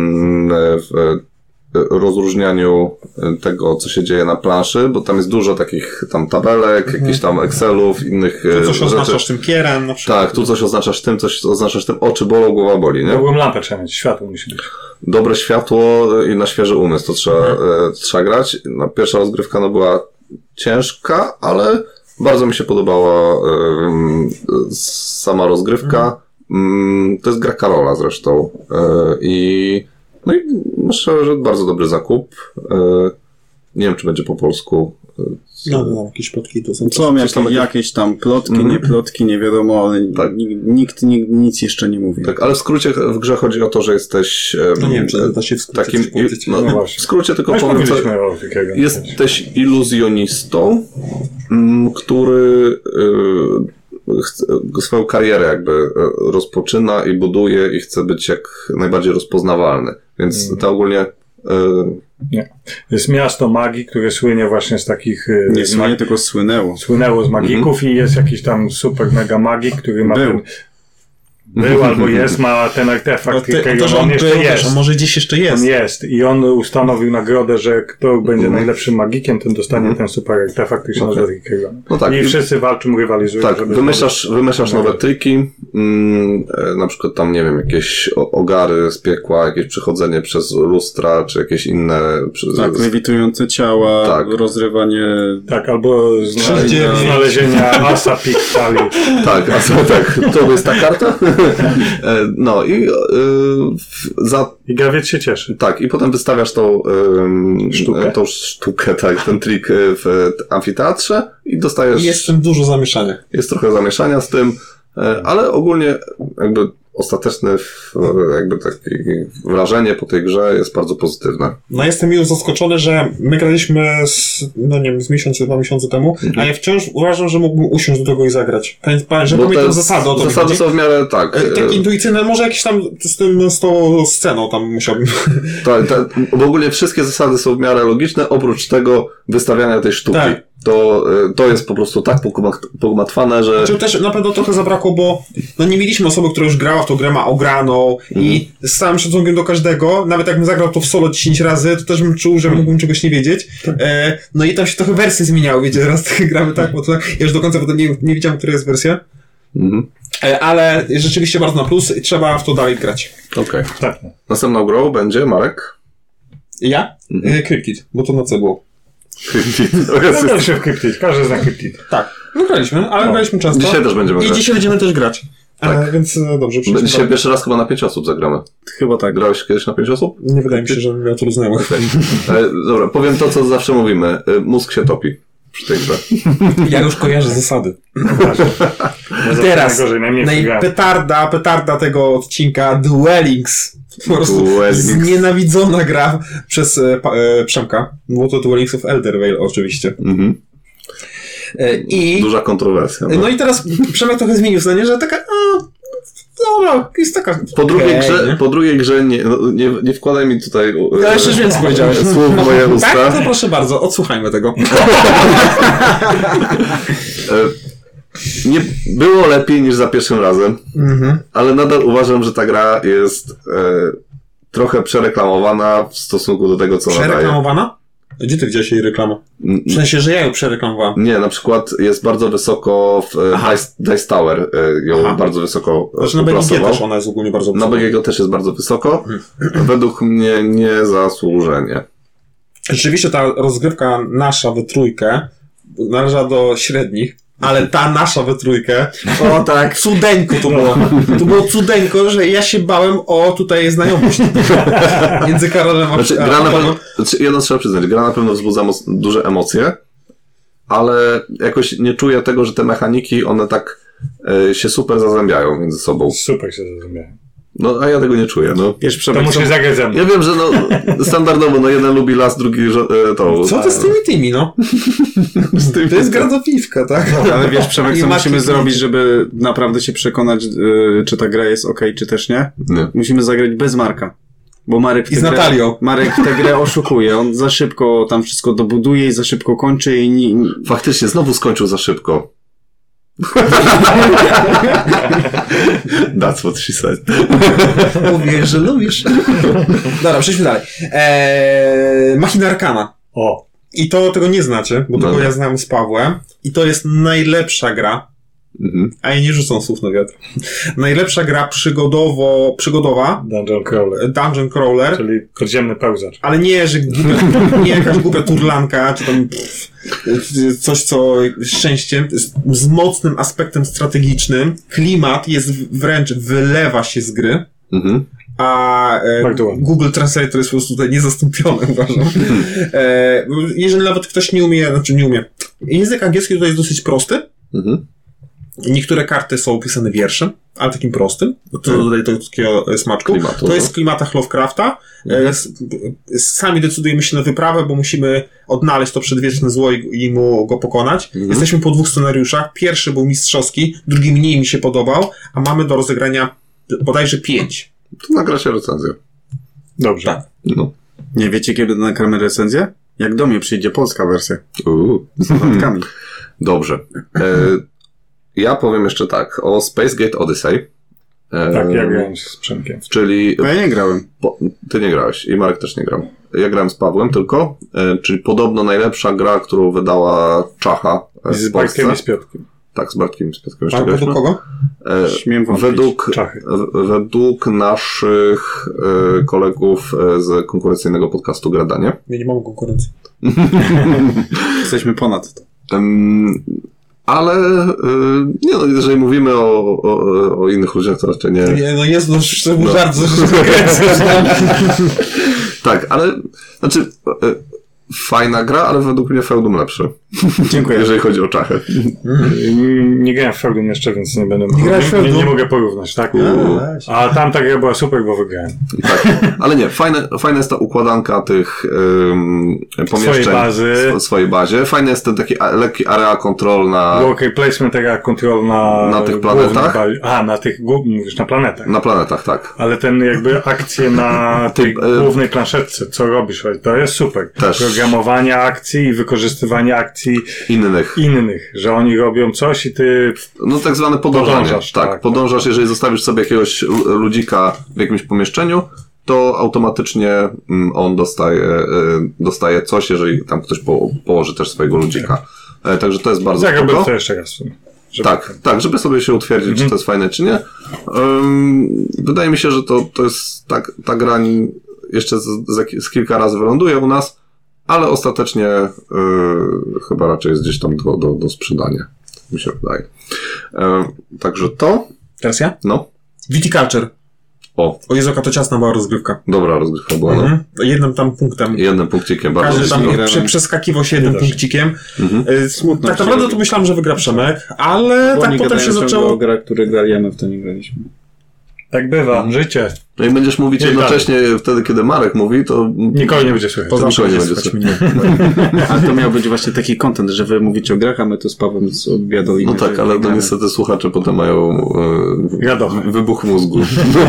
w rozróżnianiu tego, co się dzieje na planszy, bo tam jest dużo takich tam tabelek, mhm. jakichś tam Excelów, innych tu coś rzeczy. oznaczasz tym kierem na przykład. Tak, tu coś oznaczasz tym, coś oznaczasz tym, oczy bolą, głowa boli, nie? Dobrą lampę trzeba mieć, światło musi być. Dobre światło i na świeży umysł to trzeba, mhm. e, trzeba grać. No, pierwsza rozgrywka no, była ciężka, ale bardzo mi się podobała e, sama rozgrywka. Mhm. To jest gra Karola zresztą. E, I no i myślę, że bardzo dobry zakup. Nie wiem, czy będzie po polsku. No, no, jakieś plotki to są. Są jakieś, tam, jakieś tam plotki, mm. nie plotki, nie wiadomo, ale tak. nikt, nikt nic jeszcze nie mówi. Tak, ale w skrócie w grze chodzi o to, że jesteś no nie wiem, czy da się w skrócie takim, no, no w skrócie tylko no powiem, że jesteś iluzjonistą, m, który y, chce, swoją karierę jakby rozpoczyna i buduje i chce być jak najbardziej rozpoznawalny. Więc mm. to ogólnie nie. Jest miasto magii, które słynie właśnie z takich... Nie z słynie, mag... tylko słynęło. Słynęło z magików mm-hmm. i jest jakiś tam super mega magik, który ma był. ten... Był albo jest, ma ten artefakt, no ty, to, że on, on jeszcze był, jest. Też, on może gdzieś jeszcze jest. On jest i on ustanowił nagrodę, że kto będzie mm-hmm. najlepszym magikiem, ten dostanie mm-hmm. ten super artefakt, który się okay. nazywa Trickeron. No tak. I wszyscy walczą, rywalizują. Tak, wymyślasz, wymyślasz nowe triki, mm, na przykład tam, nie wiem, jakieś ogary z piekła, jakieś przechodzenie przez lustra, czy jakieś inne... Tak, lewitujące ciała, tak. rozrywanie... Tak, albo znalezienia, znalezienia asa piksali. Tak, asa, tak. To jest ta karta? No i yy, za... I grawiec się cieszy. Tak, i potem wystawiasz tą yy, sztukę, tą sztukę, tak, ten trik w amfiteatrze i dostajesz... Jest w tym dużo zamieszania. Jest trochę zamieszania z tym, yy, ale ogólnie jakby ostateczne jakby takie wrażenie po tej grze jest bardzo pozytywne. No jestem już zaskoczony, że my graliśmy z, no nie wiem, z miesiąca, dwa miesiące temu, mhm. a ja wciąż uważam, że mógłbym usiąść do tego i zagrać. Że pamiętam zasady o to Zasady są w miarę tak. Tak intuicyjne, może jakieś tam z tym, z tą sceną tam musiałbym. Tak, tak, bo ogólnie wszystkie zasady są w miarę logiczne, oprócz tego wystawiania tej sztuki. Tak. To, to jest po prostu tak pogmatwane, że... Znaczy też na pewno trochę zabrakło, bo no nie mieliśmy osoby, która już grała w tą grę, ma ograną mm. i z całym szacunkiem do każdego, nawet jakbym zagrał to w solo dziesięć razy, to też bym czuł, że mógłbym czegoś nie wiedzieć. E, no i tam się trochę wersje zmieniały, wiecie, teraz gramy tak, bo to, ja już do końca potem nie, nie wiedziałem, która jest wersja. Mm. E, ale rzeczywiście bardzo na plus i trzeba w to dalej grać. Okej. Okay. Tak. Następną grą będzie Marek? Ja? Mm. E, Cryptid, bo to na C było. Cryptid. No to się w Cryptid, każdy zna Cryptid. Tak, no graliśmy, ale no. graliśmy często. Dzisiaj też będziemy grać. I dzisiaj będziemy też grać. Tak. E, więc no dobrze. Dzisiaj dalej. Pierwszy raz chyba na pięć osób zagramy. Chyba tak. Grałeś kiedyś na pięć osób? Nie wydaje mi się, że ja to rozumiem. Okay. E, dobra, powiem to, co zawsze mówimy. Mózg się topi przy tej grze. Ja już kojarzę zasady. I teraz petarda, petarda tego odcinka Dwellings. Po prostu znienawidzona gra przez e, e, Przemka. Było to Dwellings of Eldervale oczywiście. Mm-hmm. E, i, Duża kontrowersja. No. no i teraz Przemek trochę zmienił zdanie, że taka a, dobra, jest taka... Po drugiej okay, grze, nie? Po drugiej grze nie, no, nie, nie wkładaj mi tutaj ja jeszcze już więcej powiedziałeś. Słów w moje usta. Tak? To proszę bardzo, odsłuchajmy tego. Nie było lepiej niż za pierwszym razem, mm-hmm. ale nadal uważam, że ta gra jest e, trochę przereklamowana w stosunku do tego, co nadaje. Przereklamowana? Gdzie ty widziałeś jej reklamę? W sensie, że ja ją przereklamowałem. Nie, na przykład jest bardzo wysoko w Dice, Dice Tower e, ją Aha. bardzo wysoko znaczy na B G G też ona jest ogólnie bardzo wysoko. Na B G G też jest bardzo wysoko. Hmm. Według mnie niezasłużenie. Rzeczywiście ta rozgrywka nasza we trójkę należała do średnich. Ale ta nasza we trójkę, o tak, cudeńko to było. To było cudeńko, że ja się bałem o tutaj znajomość między Karolem a... Znaczy, gra na pewno, jedno trzeba przyznać, gra na pewno wzbudza moc, duże emocje, ale jakoś nie czuję tego, że te mechaniki, one tak y, się super zazębiają między sobą. Super się zazębiają. No, a ja tego nie czuję, no. Wiesz, To musisz zagrać ze mną. Ja wiem, że no, standardowo, no jeden lubi las, drugi e, to. Co ty z tymi tymi, no? To jest gra do piwka, tak? Ale wiesz, Przemek, I co masz musimy taki- zrobić, żeby naprawdę się przekonać, yy, czy ta gra jest okej, czy też nie? Nie. Musimy zagrać bez Marka. Bo Marek w I tę z grę- Natalią. Marek w tę grę oszukuje. On za szybko tam wszystko dobuduje i za szybko kończy i ni- ni- Faktycznie, znowu skończył za szybko. That's what she said. Mówię, że lubisz. Dobra, przejdźmy dalej. Eee, Machina Arcana. O, I to tego nie znacie, bo No. tego ja znam z Pawłem. I to jest najlepsza gra. Mhm. A ja nie rzucam słów na wiatr. Najlepsza gra przygodowo, przygodowa. Dungeon Crawler. Dungeon Crawler. Czyli podziemny pełzacz. Ale nie, że głupia, nie jakaś głupia turlanka, czy tam pff, coś, co szczęściem, z, z mocnym aspektem strategicznym. Klimat jest wręcz, wylewa się z gry. Mhm. A e, Bardzo ładnie. Google Translator jest po prostu tutaj niezastąpiony, uważam. E, jeżeli nawet ktoś nie umie, znaczy nie umie. Język angielski tutaj jest dosyć prosty. Mhm. Niektóre karty są opisane wierszem, ale takim prostym. To dodaje to takiego smaczku. Klimatu, To no. jest w klimatach Lovecrafta. E, s- s- Sami decydujemy się na wyprawę, bo musimy odnaleźć to przedwieczne zło i, i mu go pokonać. Mhm. Jesteśmy po dwóch scenariuszach. Pierwszy był mistrzowski, drugi mniej mi się podobał, a mamy do rozegrania bodajże pięć. To nagracie recenzję. Dobrze. Tak. No. Nie wiecie, kiedy nagramy recenzję? Jak do mnie przyjdzie polska wersja. Uuu. Z dodatkami. Dobrze. E, ja powiem jeszcze tak, o Space Gate Odyssey. E, Tak, ja grałem z Przemkiem. Czyli No ja nie grałem. Po, ty nie grałeś i Marek też nie grał. Ja grałem z Pawłem tylko, e, czyli podobno najlepsza gra, którą wydała Czacha e, Z w Polsce. Bartkiem i z Piotkiem. Tak, z Bartkiem i z Piotkiem jeszcze A według graliśmy. kogo? E, Śmiem wątpić. według, Czachy. w- według naszych e, kolegów e, z konkurencyjnego podcastu Gradanie. Ja nie mam konkurencji. Jesteśmy ponad to. Em, ale e, nie no, jeżeli mówimy o, o, o innych ludziach, to raczej nie. Nie, no jest, no, to był No. żart, że się konkurencja. Tak, ale znaczy e, fajna gra, ale według mnie Feudum lepszy. Dziękuję. Jeżeli chodzi o Czachę. Mm, Nie grałem w Feudum jeszcze, więc nie będę mógł. grałeś w Nie, nie, Feudum? nie mogę porównać, tak? A, A tam ta gra była super, bo wygrałem. Tak, ale nie, fajne, fajna jest ta układanka tych ym, pomieszczeń Swojej bazy. w swojej bazie. Fajny jest ten taki a, lekki area control na, Worker placement, taka kontrol na... Na tych głównej planetach? bazie. A, na tych, głów- mówisz, na planetach. na planetach, tak. Ale ten jakby akcje na tej Ty, e, głównej planszetce, co robisz, to jest super. Też. Programowanie akcji i wykorzystywanie akcji Innych. innych, że oni robią coś i ty... No tak zwane podążanie. Podążasz, tak, tak, podążasz, jeżeli zostawisz sobie jakiegoś lu- ludzika w jakimś pomieszczeniu, to automatycznie mm, on dostaje, y, dostaje coś, jeżeli tam ktoś po, położy też swojego ludzika. E, także to jest bardzo Zagrałbym spoko. to jeszcze raz w sumie. Żeby- Tak, tak, żeby sobie się utwierdzić, Mhm. czy to jest fajne, czy nie. Ym, wydaje mi się, że to, to jest tak, ta gra ni- jeszcze z, z, z kilka razy wyląduje u nas, ale ostatecznie yy, chyba raczej jest gdzieś tam do, do, do sprzedania. Tak mi się wydaje. Yy, także to, Teraz ja? no, Viticulture. o, O Jezu, jaka to ciasna była rozgrywka. dobra rozgrywka była, no. Mhm. Jednym tam punktem. Jednym punkcikiem bardzo Każdy tam blisko. grałem. prze, przeskakiwał się jednym Ja też. punkcikiem. Mhm. E, Smutno tak się naprawdę robi. to myślałem, że wygra Przemek, ale Bo tak oni potem się gadają ciągle zaczęło... o grach, które graliśmy, w to nie graliśmy. Tak bywa, życie. No i będziesz mówić Nie, jednocześnie wtedy, kiedy Marek mówi, to Nikogo nie będzie słychać. To zawsze nikogo nie będzie będzie słychać mnie. Ale to miał być właśnie taki content, że wy mówicie o grach, a my tu z Pawłem odpowiadaliśmy. no tak, ale to niestety słuchacze potem mają e, Radochy. wybuch mózgu.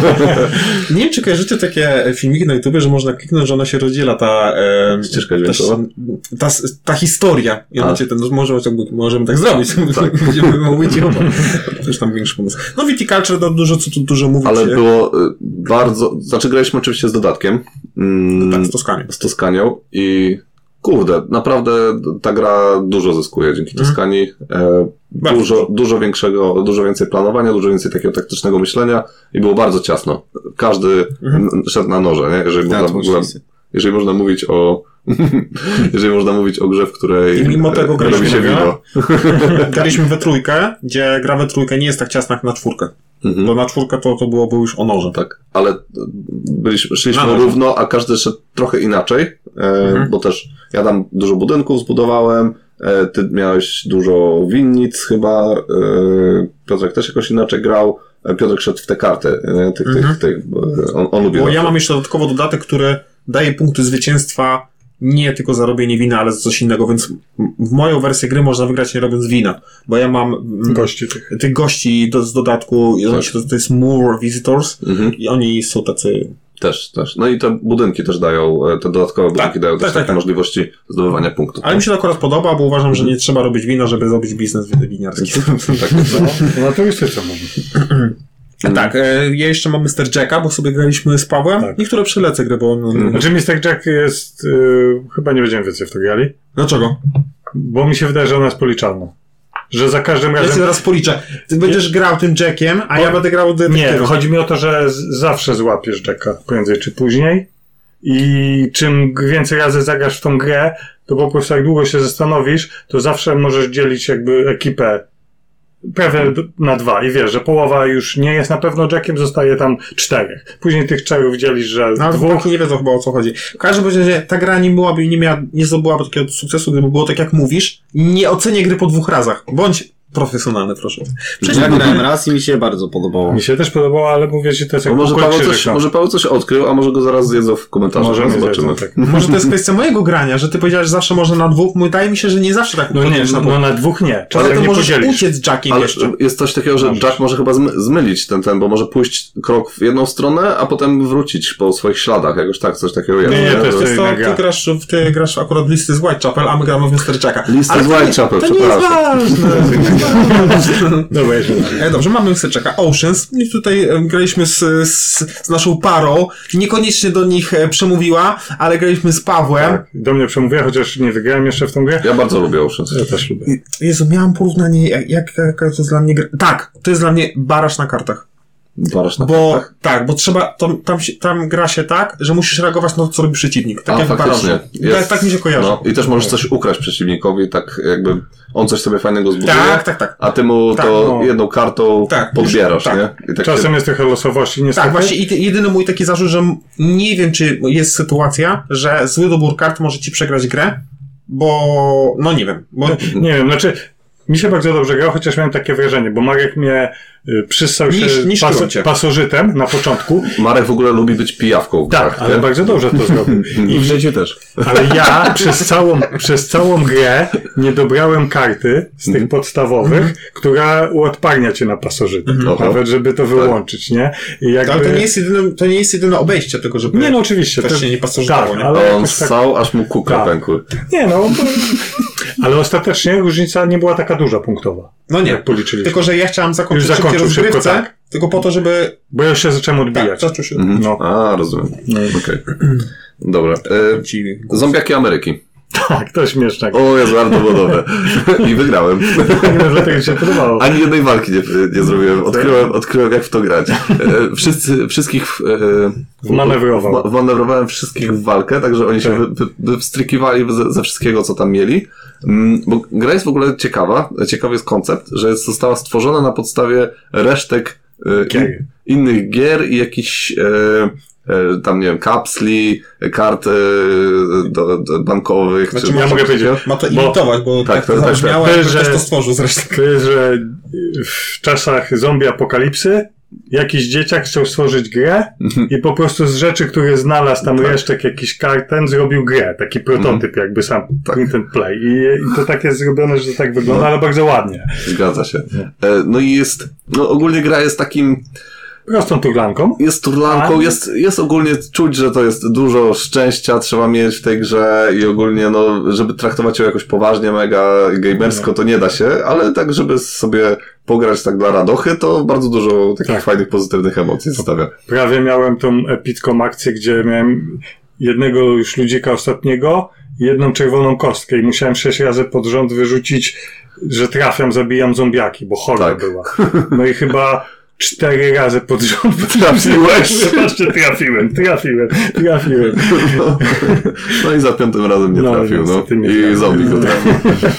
Nie wiem, czy kojarzycie takie filmiki na YouTubie, że można kliknąć, że ona się rozdziela ta... E, Ścieżka ta, dźwiękowa? ta, ta historia. I ona A. cię ten, no, możemy, tak, możemy tak zrobić. Tak. Będziemy mówić o to. Też tam większy pomysł. No Viticulture, to dużo co tu dużo mówić. Ale było y, bardzo... Znaczy graliśmy oczywiście z dodatkiem. Mm, Tak, z Toskanią. z Toskanią i kurde, naprawdę ta gra dużo zyskuje dzięki Toskanii. E, Bardzo dużo, dużo. dużo większego, dużo więcej planowania, dużo więcej takiego taktycznego myślenia i było bardzo ciasno. Każdy Mhm. n- szedł na noże, nie? Jeżeli Tak, można, w ogóle, jeżeli można mówić o jeżeli można mówić o grze, w której I mimo tego e, graliśmy robi się na wino. Graliśmy we trójkę, gdzie gra we trójkę nie jest tak ciasna jak na czwórkę. Mhm. Bo na czwórkę to, to byłoby już o noże. Tak, ale byliśmy, szliśmy Na noże. równo, a każdy szedł trochę inaczej, e, Mhm. bo też ja tam dużo budynków zbudowałem, e, ty miałeś dużo winnic chyba, e, Piotrek też jakoś inaczej grał, e, Piotrek szedł w te karty, nie? Tych, mhm. tych, tych, on, on lubi. Bo ja mam jeszcze dodatkowo dodatek, który daje punkty zwycięstwa nie tylko za robienie wina, ale za coś innego, więc w moją wersję gry można wygrać nie robiąc wina, bo ja mam gości tych, tych gości do, z dodatku, tak. to, to jest Moor Visitors mhm. i oni są tacy... Też, też. No i te budynki też dają, te dodatkowe budynki tak, dają też tak, takie tak. możliwości zdobywania punktów. Ale mi się to akurat podoba, bo uważam, że nie trzeba robić wina, żeby zrobić biznes winiarski. tak, no, na turystyce można. Tak, ja jeszcze mam mister Jacka, bo sobie graliśmy z Pawłem. Tak. Niektóre przelecę grę, bo... On... Mm. Znaczy mister Jack jest... Yy, chyba nie będziemy więcej w to grali. Dlaczego? Bo mi się wydaje, że ona jest policzalna. Że za każdym razem... Ja się zaraz policzę. Ty będziesz grał tym Jackiem, a bo... ja będę grał detektywem. Nie, chodzi mi o to, że z- zawsze złapiesz Jacka, prędzej czy później. I czym więcej razy zagrasz w tą grę, to po prostu jak długo się zastanowisz, to zawsze możesz dzielić jakby ekipę prawie na dwa i wiesz, że połowa już nie jest na pewno Jackiem, zostaje tam czterech. Później tych czterech dzielisz, że no, dwóch... nie wiedzą chyba o co chodzi. W każdym razie ta gra nie byłaby, nie miała, nie zdobyłaby takiego sukcesu, gdyby było tak jak mówisz. Nie ocenię gry po dwóch razach. Bądź profesjonalny, proszę. Przecież ja grałem raz i mi się bardzo podobało. Mi się też podobało, ale mówię ci, to jest jak może Paweł, coś, może Paweł coś odkrył, a może go zaraz zjedzą w komentarzach. Może no, zobaczymy. Tak. Może to jest kwestia mojego grania, że ty powiedziałeś, że zawsze można na dwóch. Wydaje mi się, że nie zawsze tak. No nie, no, no na dwóch nie. Ale to nie możesz podzielisz. uciec Jackiem ale jeszcze. Jest coś takiego, że możesz. Jack może chyba zmy- zmylić ten, ten, bo może pójść krok w jedną stronę, a potem wrócić po swoich śladach. Jakoś tak, coś takiego jest. Nie, nie, to jest, to jest to, ty, grasz, ty grasz akurat w listy z Whitechapel, a my gramy w mister Jacka. Listy z Whitechapel, to nie jest ważne. Dobra, E, dobrze, mamy mister Jacka. Oceans. I tutaj e, graliśmy z, z, z naszą parą. Niekoniecznie do nich e, przemówiła, ale graliśmy z Pawłem. Tak, do mnie przemówiła, chociaż nie wygrałem jeszcze w tą grę. Ja bardzo lubię Oceans. Ja też lubię. Jezu, miałam porównanie, jak, jak, jak to jest dla mnie gra... Tak, to jest dla mnie baraż na kartach. Baraż na bo, kartach? Tak, bo trzeba, to, tam, się, tam gra się tak, że musisz reagować na to, co robi przeciwnik. Tak a, jak faktycznie. Tak, tak mi się kojarzy. No, i też możesz coś ukraść przeciwnikowi, tak jakby on coś sobie fajnego zbuduje, tak, tak, tak. a ty mu tak, to no. jedną kartą tak, podbierasz, tak. nie? I tak Czasem się... jest trochę losowości, niestety. Tak, właśnie i jedyny mój taki zarzut, że nie wiem, czy jest sytuacja, że zły dobór kart może ci przegrać grę, bo, no nie wiem. Bo... Nie wiem, znaczy, mi się bardzo dobrze grał, chociaż miałem takie wrażenie, bo Marek mnie y, przyssał się niż, pas- pasożytem na początku. Marek w ogóle lubi być pijawką. Tak, tak ale nie? bardzo dobrze to zrobił. I w życiu też. Ale ja przez całą, przez całą grę nie dobrałem karty z tych podstawowych, mm. która uodparnia cię na pasożyty. Mm. Nawet, żeby to wyłączyć, nie? I jakby... Ale to nie jest jedyne, to nie jest jedyne obejście, tylko żeby... Nie, no oczywiście. Też to... się nie pasożytowało, tak, nie? ale on ssał, tak... aż mu kuka tak. pękły. Nie, no... Bo... Ale ostatecznie różnica nie była taka duża punktowa. No nie, tylko że ja chciałem zakończyć szybkie rozgrywce, tak. tylko po to, żeby... Bo ja się zacząłem odbijać. Tak, zaczął się mhm. no. A, rozumiem. No. Okej. Okay. Dobra. E, zombiaki Ameryki. Tak, to śmieszne. O, jest bardzo podobne. I wygrałem. Nie wiem, dlatego mi się podobało. Ani jednej walki nie, nie zrobiłem. Odkryłem, odkryłem, jak w to grać. Wszyscy, wszystkich... E, manewrował. Manewrowałem wszystkich w walkę, także oni się wy, wy, wystrykiwali ze, ze wszystkiego, co tam mieli. Bo gra jest w ogóle ciekawa. Ciekawy jest koncept, że została stworzona na podstawie resztek e, in, innych gier i jakichś... E, tam, nie wiem, kapsli, kart e, do, do bankowych. Znaczy, czy ja mogę powiedzieć, ma to imitować, bo, bo tak, tak to zabrzmiało, tak, tak. Ktoś to stworzył zresztą. To jest, że w czasach zombie apokalipsy jakiś dzieciak chciał stworzyć grę i po prostu z rzeczy, które znalazł tam tak. resztek jakiś kart, ten zrobił grę, taki prototyp mm. jakby sam tak. print and play. I, I to tak jest zrobione, że to tak wygląda, no. ale bardzo ładnie. Zgadza się. No, no i jest, no ogólnie gra jest takim prostą turlanką. Jest turlanką, jest, jest ogólnie czuć, że to jest dużo szczęścia trzeba mieć w tej grze i ogólnie, no, żeby traktować ją jakoś poważnie, mega gamersko, to nie da się, ale tak, żeby sobie pograć tak dla radochy, to bardzo dużo takich tak. fajnych, pozytywnych emocji zostawia. Prawie miałem tą epicką akcję, gdzie miałem jednego już ludzika ostatniego i jedną czerwoną kostkę i musiałem sześć razy pod rząd wyrzucić, że trafiam, zabijam zombiaki, bo chora tak. była. No i chyba cztery razy pod rząd trafiłeś. Zobaczcie, trafiłem, trafiłem, trafiłem. No, no i za piątym razem nie no, trafił, no. I zombie go trafił.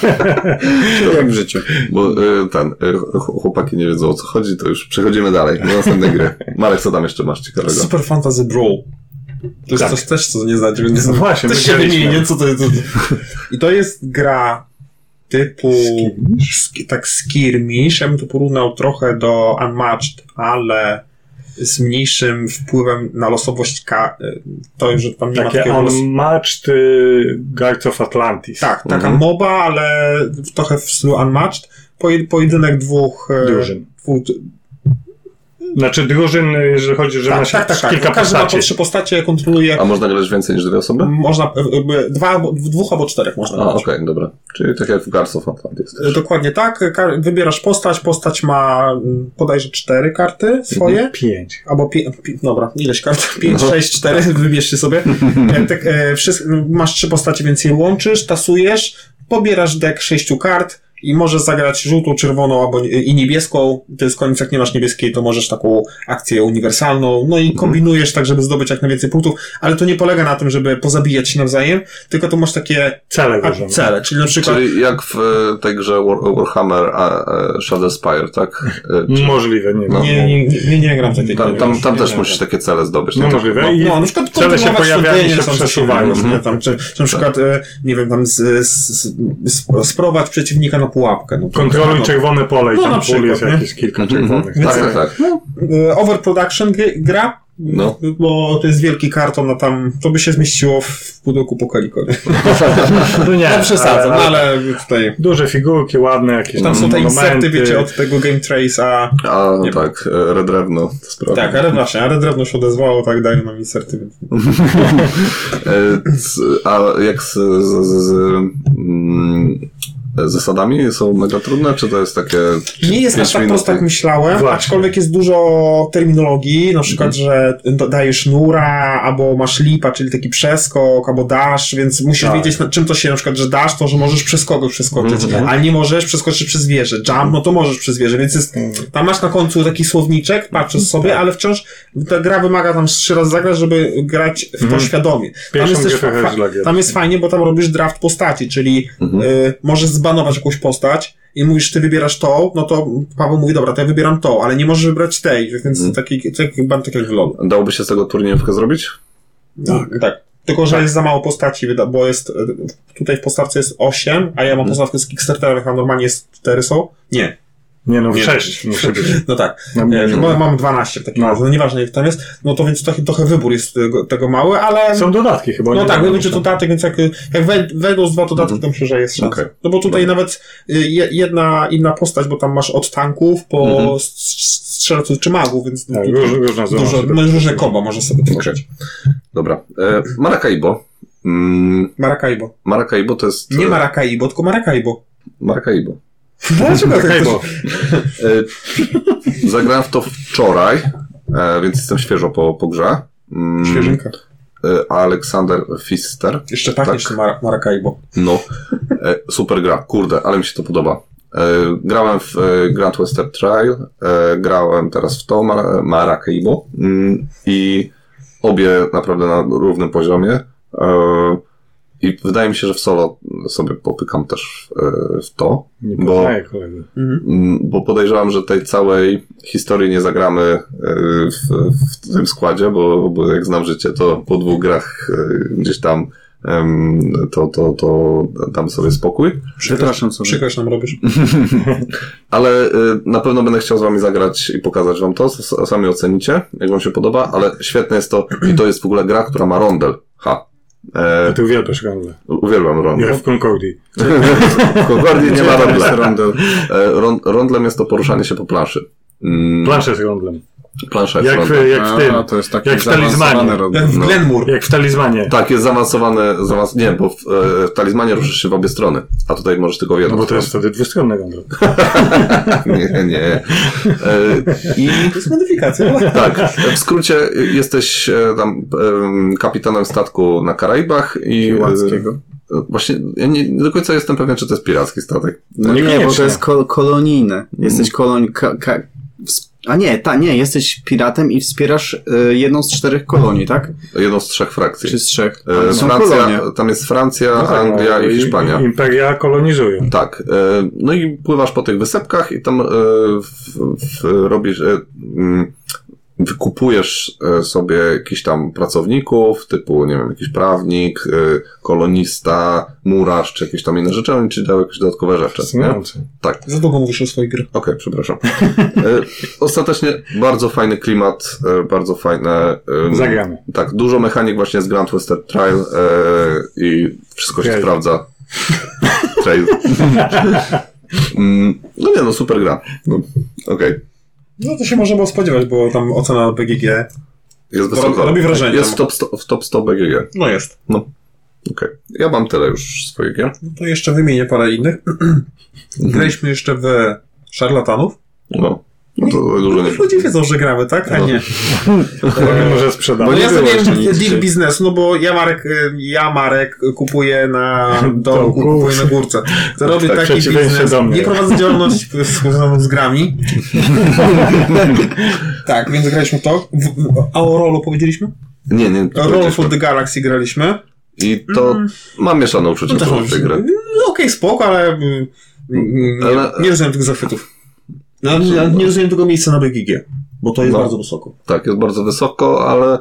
Jak w życiu. Bo ten, chłopaki nie wiedzą, o co chodzi, to już przechodzimy dalej do następnej gry. Marek, co tam jeszcze masz ciekawego? Super Fantasy Brawl. To jest tak. coś też, co nie znacie. Nie no właśnie, też się wymienię, co to jest. I to jest gra typu sk- tak skirmish, ja bym to porównał trochę do Unmatched, ale z mniejszym wpływem na losowość ka- to, że tam nie takie ma takiego los- Unmatched y, Guards of Atlantis. Tak, taka Mhm. MOBA, ale trochę w stylu Unmatched. Poj- pojedynek dwóch e, Drużyn. dwóch, Znaczy drużyn, jeżeli chodzi, że tak, masz tak, tak, tak. kilka Każdy ma po postaci. trzy postacie, kontroluje. A można grać więcej niż dwie osoby? Można, e, e, dwa, albo- dwóch albo czterech można A, grać. okej, dobra. Czyli tak jak w Guards of Atlantis. E, Dokładnie tak. Ka- wybierasz postać, postać ma mm, bodajże cztery karty swoje. Pięć. Albo pi- pi- dobra, ileś kart? pięć, No. sześć, cztery, wybierzcie sobie. E, tak, e, wszystko, masz trzy postacie, więc je łączysz, tasujesz, pobierasz deck sześciu kart i możesz zagrać żółtą, czerwoną albo i niebieską. To jest koniec, jak nie masz niebieskiej, to możesz taką akcję uniwersalną. No i kombinujesz tak, żeby zdobyć jak najwięcej punktów, ale to nie polega na tym, żeby pozabijać się nawzajem, tylko to masz takie Cele a, włożone. cele, czyli na przykład Czyli jak w e, tej grze War, Warhammer a, e, Shadow Spire, tak? E, czy, Możliwe, nie No. wiem. nie, nie, nie, nie gram takiej tam, gry, tam, wiesz, tam nie też gram. musisz takie cele zdobyć. No nie? możliwe. No. I No, na przykład cele się kontrolować pojawiają i świątynię, się są coś przesuwają. innego, Mhm. nie? Tam, czy, czy na przykład, e, nie wiem, tam z, z, z, sprowadź przeciwnika na pułapkę. No, to- Kontroluj no, czerwone pole i No, na tam przykład, pól jest nie? jakieś kilka Mhm. czerwonych. Tak, tak, tak. e, Overproduction gry- gra, No. bo to jest wielki karton, no tam, to by się zmieściło w pudełku Pokeliko. Nie? No nie, Ja przesadzam, ale- ale tutaj... Duże figurki, ładne jakieś Tam są te monumenty. inserty, wiecie, od tego Game Trace, a... A, Nie tak, e, Red Drewno, to sprawa. Tak, ale właśnie, ale drewno się odezwało, tak dają nam inserty, więc... E, c- A jak z, z, z, z mm, zasadami są mega trudne, czy to jest takie Nie jest pięć aż tak minut prosto, jak i- myślałem, Właśnie. aczkolwiek jest dużo terminologii, na przykład, że dajesz nura, albo masz lipa, czyli taki przeskok, albo dash, więc musisz Tak. wiedzieć, na czym to się, na przykład, że dash, to, że możesz przez kogoś przeskoczyć, Mhm. ale nie możesz przeskoczyć przez wieżę. Jump, no to możesz przez wieżę, więc jest, tam masz na końcu taki słowniczek, patrzysz sobie, ale wciąż ta gra wymaga tam z trzy razy zagrać, żeby grać w to Mhm. świadomie. Tam Pierwszą jest, też grę trochę fa- źle gra. tam jest fajnie, bo tam robisz draft postaci, czyli Mhm. y, możesz zbanować jakąś postać i mówisz, ty wybierasz tą, no to Paweł mówi, dobra, to ja wybieram tą, ale nie możesz wybrać tej, więc Mhm. taki, taki, tak, tak jak w LoLu. Dałoby się z tego turniejówkę zrobić? Tak. tak. Tylko, że jest za mało postaci, wyda- bo jest, y, tutaj w postawce jest osiem, a ja mam postawkę z Kickstarterem, a normalnie jest cztery są? Nie. Nie no, Nie. sześć musi być. No tak. No, Nie, nie, bo mam dwanaście w takim No. razie, no nieważne jak tam jest, no to więc trochę, trochę wybór jest tego, tego mały, ale... Są dodatki chyba. No nie tak, wiem, będzie czy- dodatek, więc jak, jak wej- wejdą z dwa dodatki, Mhm. to myślę, że jest szansa. Okej. No bo tutaj nawet y, je- jedna inna postać, bo tam masz od tanków po Mhm. s- s- strzelców czy magów, więc Tak, tu- róż, różne dużo, zdolności. no, różne kombo może sobie tworzyć. Dobra. E, Maracaibo. Mm, Maracaibo. Maracaibo to jest... Nie Maracaibo, tylko Maracaibo. Maracaibo. Dlaczego tak Okej, też- bo E, zagrałem w to wczoraj, e, więc jestem świeżo po, po grze. Mm, Świeżynka. e, Aleksander Pfister. Jeszcze pachniesz tak. tym Mar- Maracaibo. No, e, super gra, kurde, ale mi się to podoba. E, grałem w e, Grand Western Trail, e, grałem teraz w to, Mar- Maracaibo mm, i obie naprawdę na równym poziomie. E, I wydaje mi się, że w solo sobie popykam też e, w to, nie bo, poznaję kolegi. Mhm. mm, bo podejrzewam, że tej całej historii nie zagramy e, w, w tym składzie, bo, bo jak znam życie, to po dwóch grach e, gdzieś tam em, to, to, to dam sobie spokój. Przepraszam sobie. Przykrość nam robisz. Ale y, na pewno będę chciał z wami zagrać i pokazać wam to, s- sami ocenicie, jak wam się podoba, ale świetne jest to, i to jest w ogóle gra, która ma rondel. Ha. E, Ty uwielbiasz rondle. uwielbiam rondel. Jak w Concordii. W Concordii nie ma Gdzie jest rondla. rondel? E, rond, rondlem jest to poruszanie się po planszy. Mm, Plansza z rondlem. plansza jest Jak w, rondel. jak w tym. A, to jest taki jak w talizmanie. zaawansowany rondel. Jak w No. Glenmore. Jak w talizmanie. Tak, jest zaawansowane, zaawas... nie, bo w, e, w talizmanie ruszysz się w obie strony, a tutaj możesz tylko w No jedną bo to stronę. jest wtedy dwustronny rondel. Nie, nie. E, I To jest modyfikacja, ale... tak, w skrócie jesteś e, tam e, kapitanem statku na Karaibach i Pirackiego. e, właśnie ja nie, nie do końca jestem pewien, czy to jest piracki statek. No nie, bo Niekoniecznie. to jest ko- kolonijne. Jesteś kolon... Ka- ka- ws- a nie, ta, nie, jesteś piratem i wspierasz y, jedną z czterech kolonii, tak? Jedną z trzech frakcji. Czy z trzech? E, Ale są Francja, kolonie. tam jest Francja, No tak, Anglia no, i Hiszpania. Imperia kolonizują. Tak. E, no i pływasz po tych wysepkach i tam e, w, w, robisz... E, mm, wykupujesz sobie jakichś tam pracowników, typu, nie wiem, jakiś prawnik, kolonista, murarz, czy jakieś tam inne rzeczy, oni ci dają jakieś dodatkowe rzeczy. Nie? Tak. Za długo mówisz o swojej gry. Okej, okay, przepraszam. Ostatecznie bardzo fajny klimat, bardzo fajne... Zagramy. Tak, dużo mechanik właśnie z Grand Western Trail i wszystko się Trail. sprawdza. Trail. No nie, no super gra. No, okej. Okay. No to się można było spodziewać, bo tam ocena B G G jest wysoko. Robi wrażenie. Jest w top sto, w top sto B G G. No jest. No, okej. Okay. Ja mam tyle już swoich gier. No to jeszcze wymienię parę innych. Graliśmy jeszcze w Szarlatanów. No. No to dużo nie. Ludzie wiedzą, że gramy, tak? A no. nie. e, może sprzedamy. Bo ja zrobiłem deal biznesu, no bo ja Marek, ja Marek kupuję na dołku, kupuję na górce. To robię tak, taki biznes. Nie prowadzę działalności związaną z grami. Tak, więc graliśmy w to. A o Rolu powiedzieliśmy? Nie, nie. Roll for the Galaxy graliśmy. I to mm. mam mieszane uczucie no do tej gry. No okej, okay, spoko, ale nie, ale... nie rozumiem tych zachwytów. No, ja nie rozumiem tego miejsca na B G G, bo to jest no, bardzo wysoko. Tak, jest bardzo wysoko, ale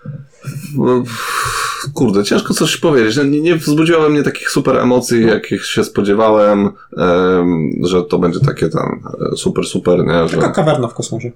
kurde, ciężko coś powiedzieć. Nie, nie wzbudziło we mnie takich super emocji, jakich się spodziewałem, um, że to będzie takie tam super, super, nie? Że... Taka kawerna w kosmosie.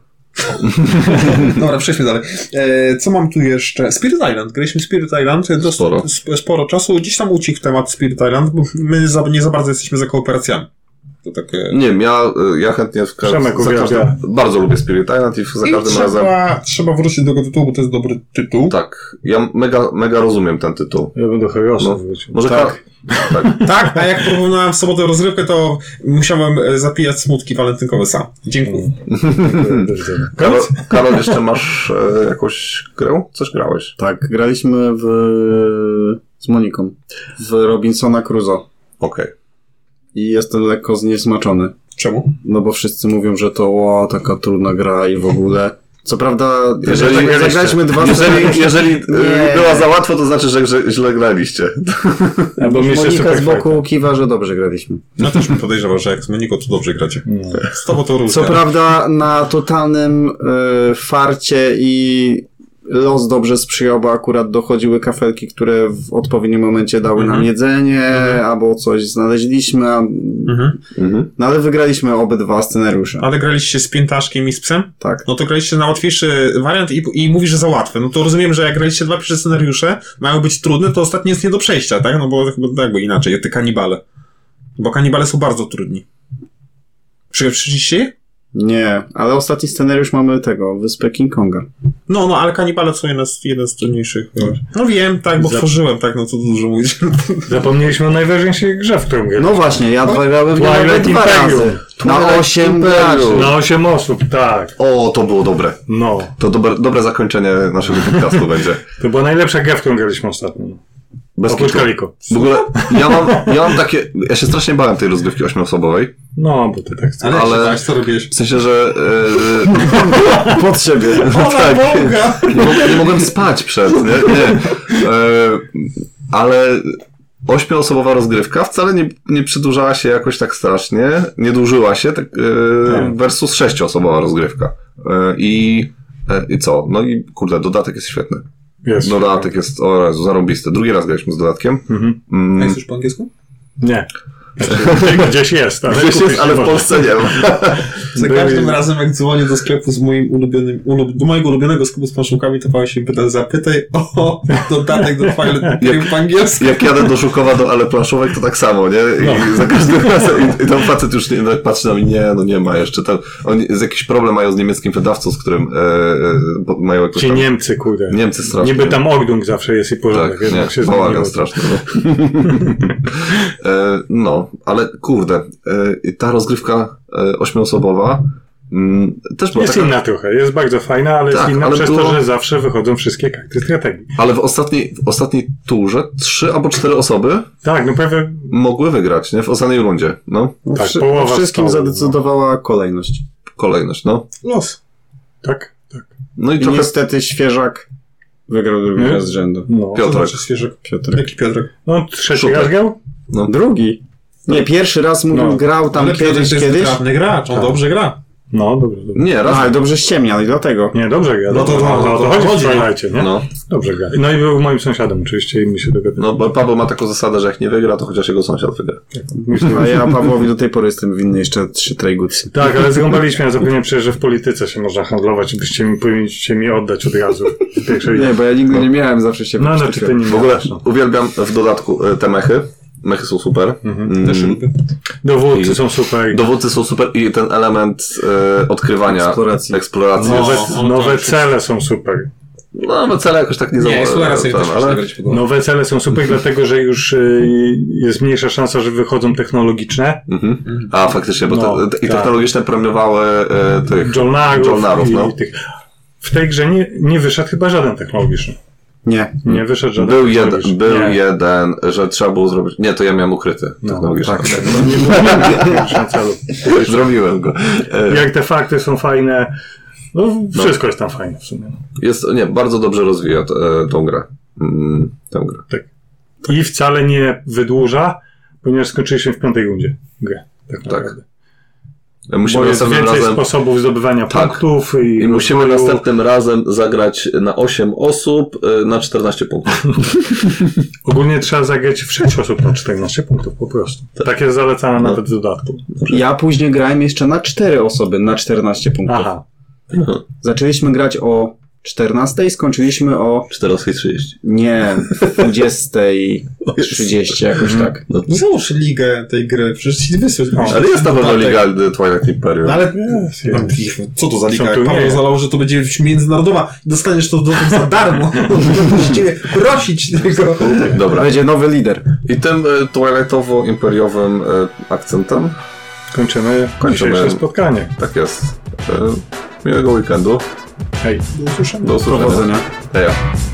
Dobra, przejdźmy dalej. E, co mam tu jeszcze? Spirit Island. Graliśmy Spirit Island. Dost, sporo. sporo czasu. Gdzieś tam uciekł temat Spirit Island, bo my za, nie za bardzo jesteśmy za kooperacjami. To takie... Nie wiem, ja, ja chętnie w każdym, za każdym, bardzo lubię Spirit Island i za I każdym trzeba, razem... trzeba wrócić do tego tytułu, bo to jest dobry tytuł. Tak, ja mega, mega rozumiem ten tytuł. Ja bym do Herosów no, wrócił. Może tak. Ka- tak. Tak, a jak porównałem w sobotę rozrywkę, to musiałem zapijać smutki walentynkowe sam. Dziękuję. Karol, Karol, jeszcze masz e, jakąś grę? Coś grałeś? Tak, graliśmy w, z Moniką w Robinsona Crusoe. Okej. Okay. I jestem lekko zniesmaczony. Czemu? No bo wszyscy mówią, że to o, taka trudna gra i w ogóle. Co prawda, jeżeli tak, zagraliśmy dwa Jeżeli, jeżeli była za łatwo, to znaczy, że, że źle graliście. Albo Monika z boku kiwa, że dobrze graliśmy. Ja też bym podejrzewał, że jak z Moniką to dobrze gracie. No. Z tobą to różnie. Co prawda na totalnym y, farcie i los dobrze sprzyjał, bo akurat dochodziły kafelki, które w odpowiednim momencie dały mhm. nam jedzenie, mhm. albo coś znaleźliśmy, a... mhm. no ale wygraliśmy obydwa scenariusze. Ale graliście z piętaszkiem i z psem? Tak. No to graliście na łatwiejszy wariant i, i mówisz, że za łatwy. No to rozumiem, że jak graliście dwa pierwsze scenariusze, mają być trudne, to ostatnie jest nie do przejścia, tak? No bo chyba jakby inaczej, te kanibale. Bo kanibale są bardzo trudni. Przyjrzycie je? Nie, ale ostatni scenariusz mamy tego, Wyspę King Konga. No, no, ale kanibale są jeden z, jeden z trudniejszych. No wiem, tak, bo Zap... tworzyłem, tak, no co dużo mówić. Zapomnieliśmy o najważniejszej grze, w którą grałem. No właśnie, ja grałem nawet dwa razy. Na osiem graczy. Na osiem osób, tak. O, to było dobre. No. To dobre, dobre zakończenie naszego podcastu będzie. To była najlepsza gra, w którą graliśmy ostatnio. Bez Oprócz Kaliko. W ogóle ja mam, ja mam takie... Ja się strasznie bałem tej rozgrywki ośmioosobowej. No, bo ty tak chcesz. Ale, ale tak, co robiłeś? W sensie, że... Yy, pod siebie. Tak, nie, nie mogłem spać przed, nie? nie. Yy, ale ośmioosobowa rozgrywka wcale nie, nie przedłużała się jakoś tak strasznie, nie dłużyła się, tak, yy, versus sześcioosobowa rozgrywka. Yy, i, yy, I co? No i kurde, dodatek jest świetny. Jest. Dodatek jest, o Jezu, zarąbisty. Drugi raz graliśmy z dodatkiem. Mhm. Mm. A jest już po angielsku? Nie. Gdzieś jest, ale, Gdzieś jest, ale w Polsce nie ma. Za każdym razem, jak dzwonię do sklepu z moim ulubionym, ulub, do mojego ulubionego sklepu z planszówkami, to pan się pyta, zapytaj o dodatek do Twilight jak, po angielsku. Jak jadę do Żukowa do Ale Planszówek, to tak samo, nie? I no. za każdym razem, i, i ten facet już nie, no, patrzy na mnie, nie, no nie ma jeszcze. Ten, oni z jakiś problem mają z niemieckim wydawcą, z którym e, e, mają jakoś Ci tam... Niemcy, kurde. Niemcy strasznie. Niby tam Ordnung zawsze jest i porządek. Tak, nie, się bałagan straszny. No. e, no, ale kurde, y, ta rozgrywka y, ośmioosobowa y, też była jest taka... inna trochę, jest bardzo fajna, ale tak, jest inna ale przez było... to, że zawsze wychodzą wszystkie karty strategii. Ale w ostatniej, w ostatniej turze trzy albo cztery osoby tak, no prawie... mogły wygrać, nie? W ostatniej rundzie. No. Tak, Wszy- połowa wszystkim stołu, zadecydowała no. kolejność. Kolejność, no. Los. Tak, tak. No i, I trochę... niestety świeżak wygrał drugi raz z rzędu. No. Piotrek. Świeżak. Piotrek. Jaki Piotrek? No, trzeci raz grał? No. Drugi. Nie, pierwszy raz mówił, no. grał tam ale kiedyś, to jest kiedyś. wytrawny gracz, on tak. dobrze gra. No, dobrze, dobrze. Nie, No, raz. ale dobrze ściemnia, i dlatego. Nie, dobrze gra. No to- dobrze. no, no, to to chodzi w chodzi. Twilightie, nie? No. Dobrze gra. No i był moim sąsiadem oczywiście i my się dogadamy. No, bo Paweł ma taką zasadę, że jak nie wygra, to chociaż jego sąsiad wygra. A ja Pawłowi do tej pory jestem winny jeszcze trzy trajgutsy. Tak, ale zrąbaliśmy, ja zapewniam przecież, że w polityce się można handlować i byście mi powinniście mi oddać od razu w pierwszej... Nie, bo ja nigdy nie miałem, zawsze się No, znaczy ty nie W ogóle miałeś, no. uwielbiam w dodatku e, te mechy. Mechy są super. Mm. Też lubię. Dowódcy I- są super. Dowódcy są super i ten element e, odkrywania, Eksploracji. eksploracji Nowe, jest... No, nowe tak, cele są super. No, no cele jakoś tak nie Nie, zauważyłem. eksploracja ten, też ale... ale... grać w ogóle. Nowe cele są super, dlatego że już y, jest mniejsza szansa, że wychodzą technologiczne. Mhm. A, faktycznie, bo No, te, te, i tak. technologiczne premiowały e, tych... Journarów, Journarów, i, no. i tych. W tej grze nie, nie wyszedł chyba żaden technologiczny. Nie. Nie wyszedł żaden Był, technologiczny. jeden, był nie. jeden, że trzeba było zrobić... Nie, to ja miałem ukryty No, technologiczny. tak, tak. To nie było nie na celu. Zrobiłem go. E, Jak te fakty są fajne, no wszystko jest tam fajne w sumie. Jest, nie, bardzo dobrze rozwija t, e, tą grę. Mm, tę grę. Tak. I wcale nie wydłuża, ponieważ skończyliśmy w piątej rundzie grę. Tak naprawdę. Musimy Bo jest następnym więcej razem... sposobów zdobywania Tak. punktów. I, I musimy rozwoju. następnym razem zagrać na osiem osób e, na czternaście punktów. Ogólnie trzeba zagrać w sześć osób na czternaście punktów po prostu. Tak jest zalecane No. nawet w dodatku. Ja później grałem jeszcze na cztery osoby, na czternaście punktów. Aha. Zaczęliśmy grać o czternastej, skończyliśmy o... czternaście trzydzieści. Nie, dwudziestej trzydzieści, jakoś tak. No, No załóż ligę tej gry, przecież ci wysłać. ale jest na pewno Liga Twilight Imperium. No ale Jest, no, jest. co to za liga? Są Jak turnieje. Paweł zalało, że to będzie międzynarodowa i dostaniesz to do za darmo. Musicie prosić tego. Dobra. Będzie nowy lider. I tym e, Twilightowo-imperiowym e, akcentem, Kończymy, Kończymy. dzisiejsze spotkanie. tak jest. E, miłego weekendu. Hej. Do usłyszenia. Do usłyszenia. Powodzenia. Heja.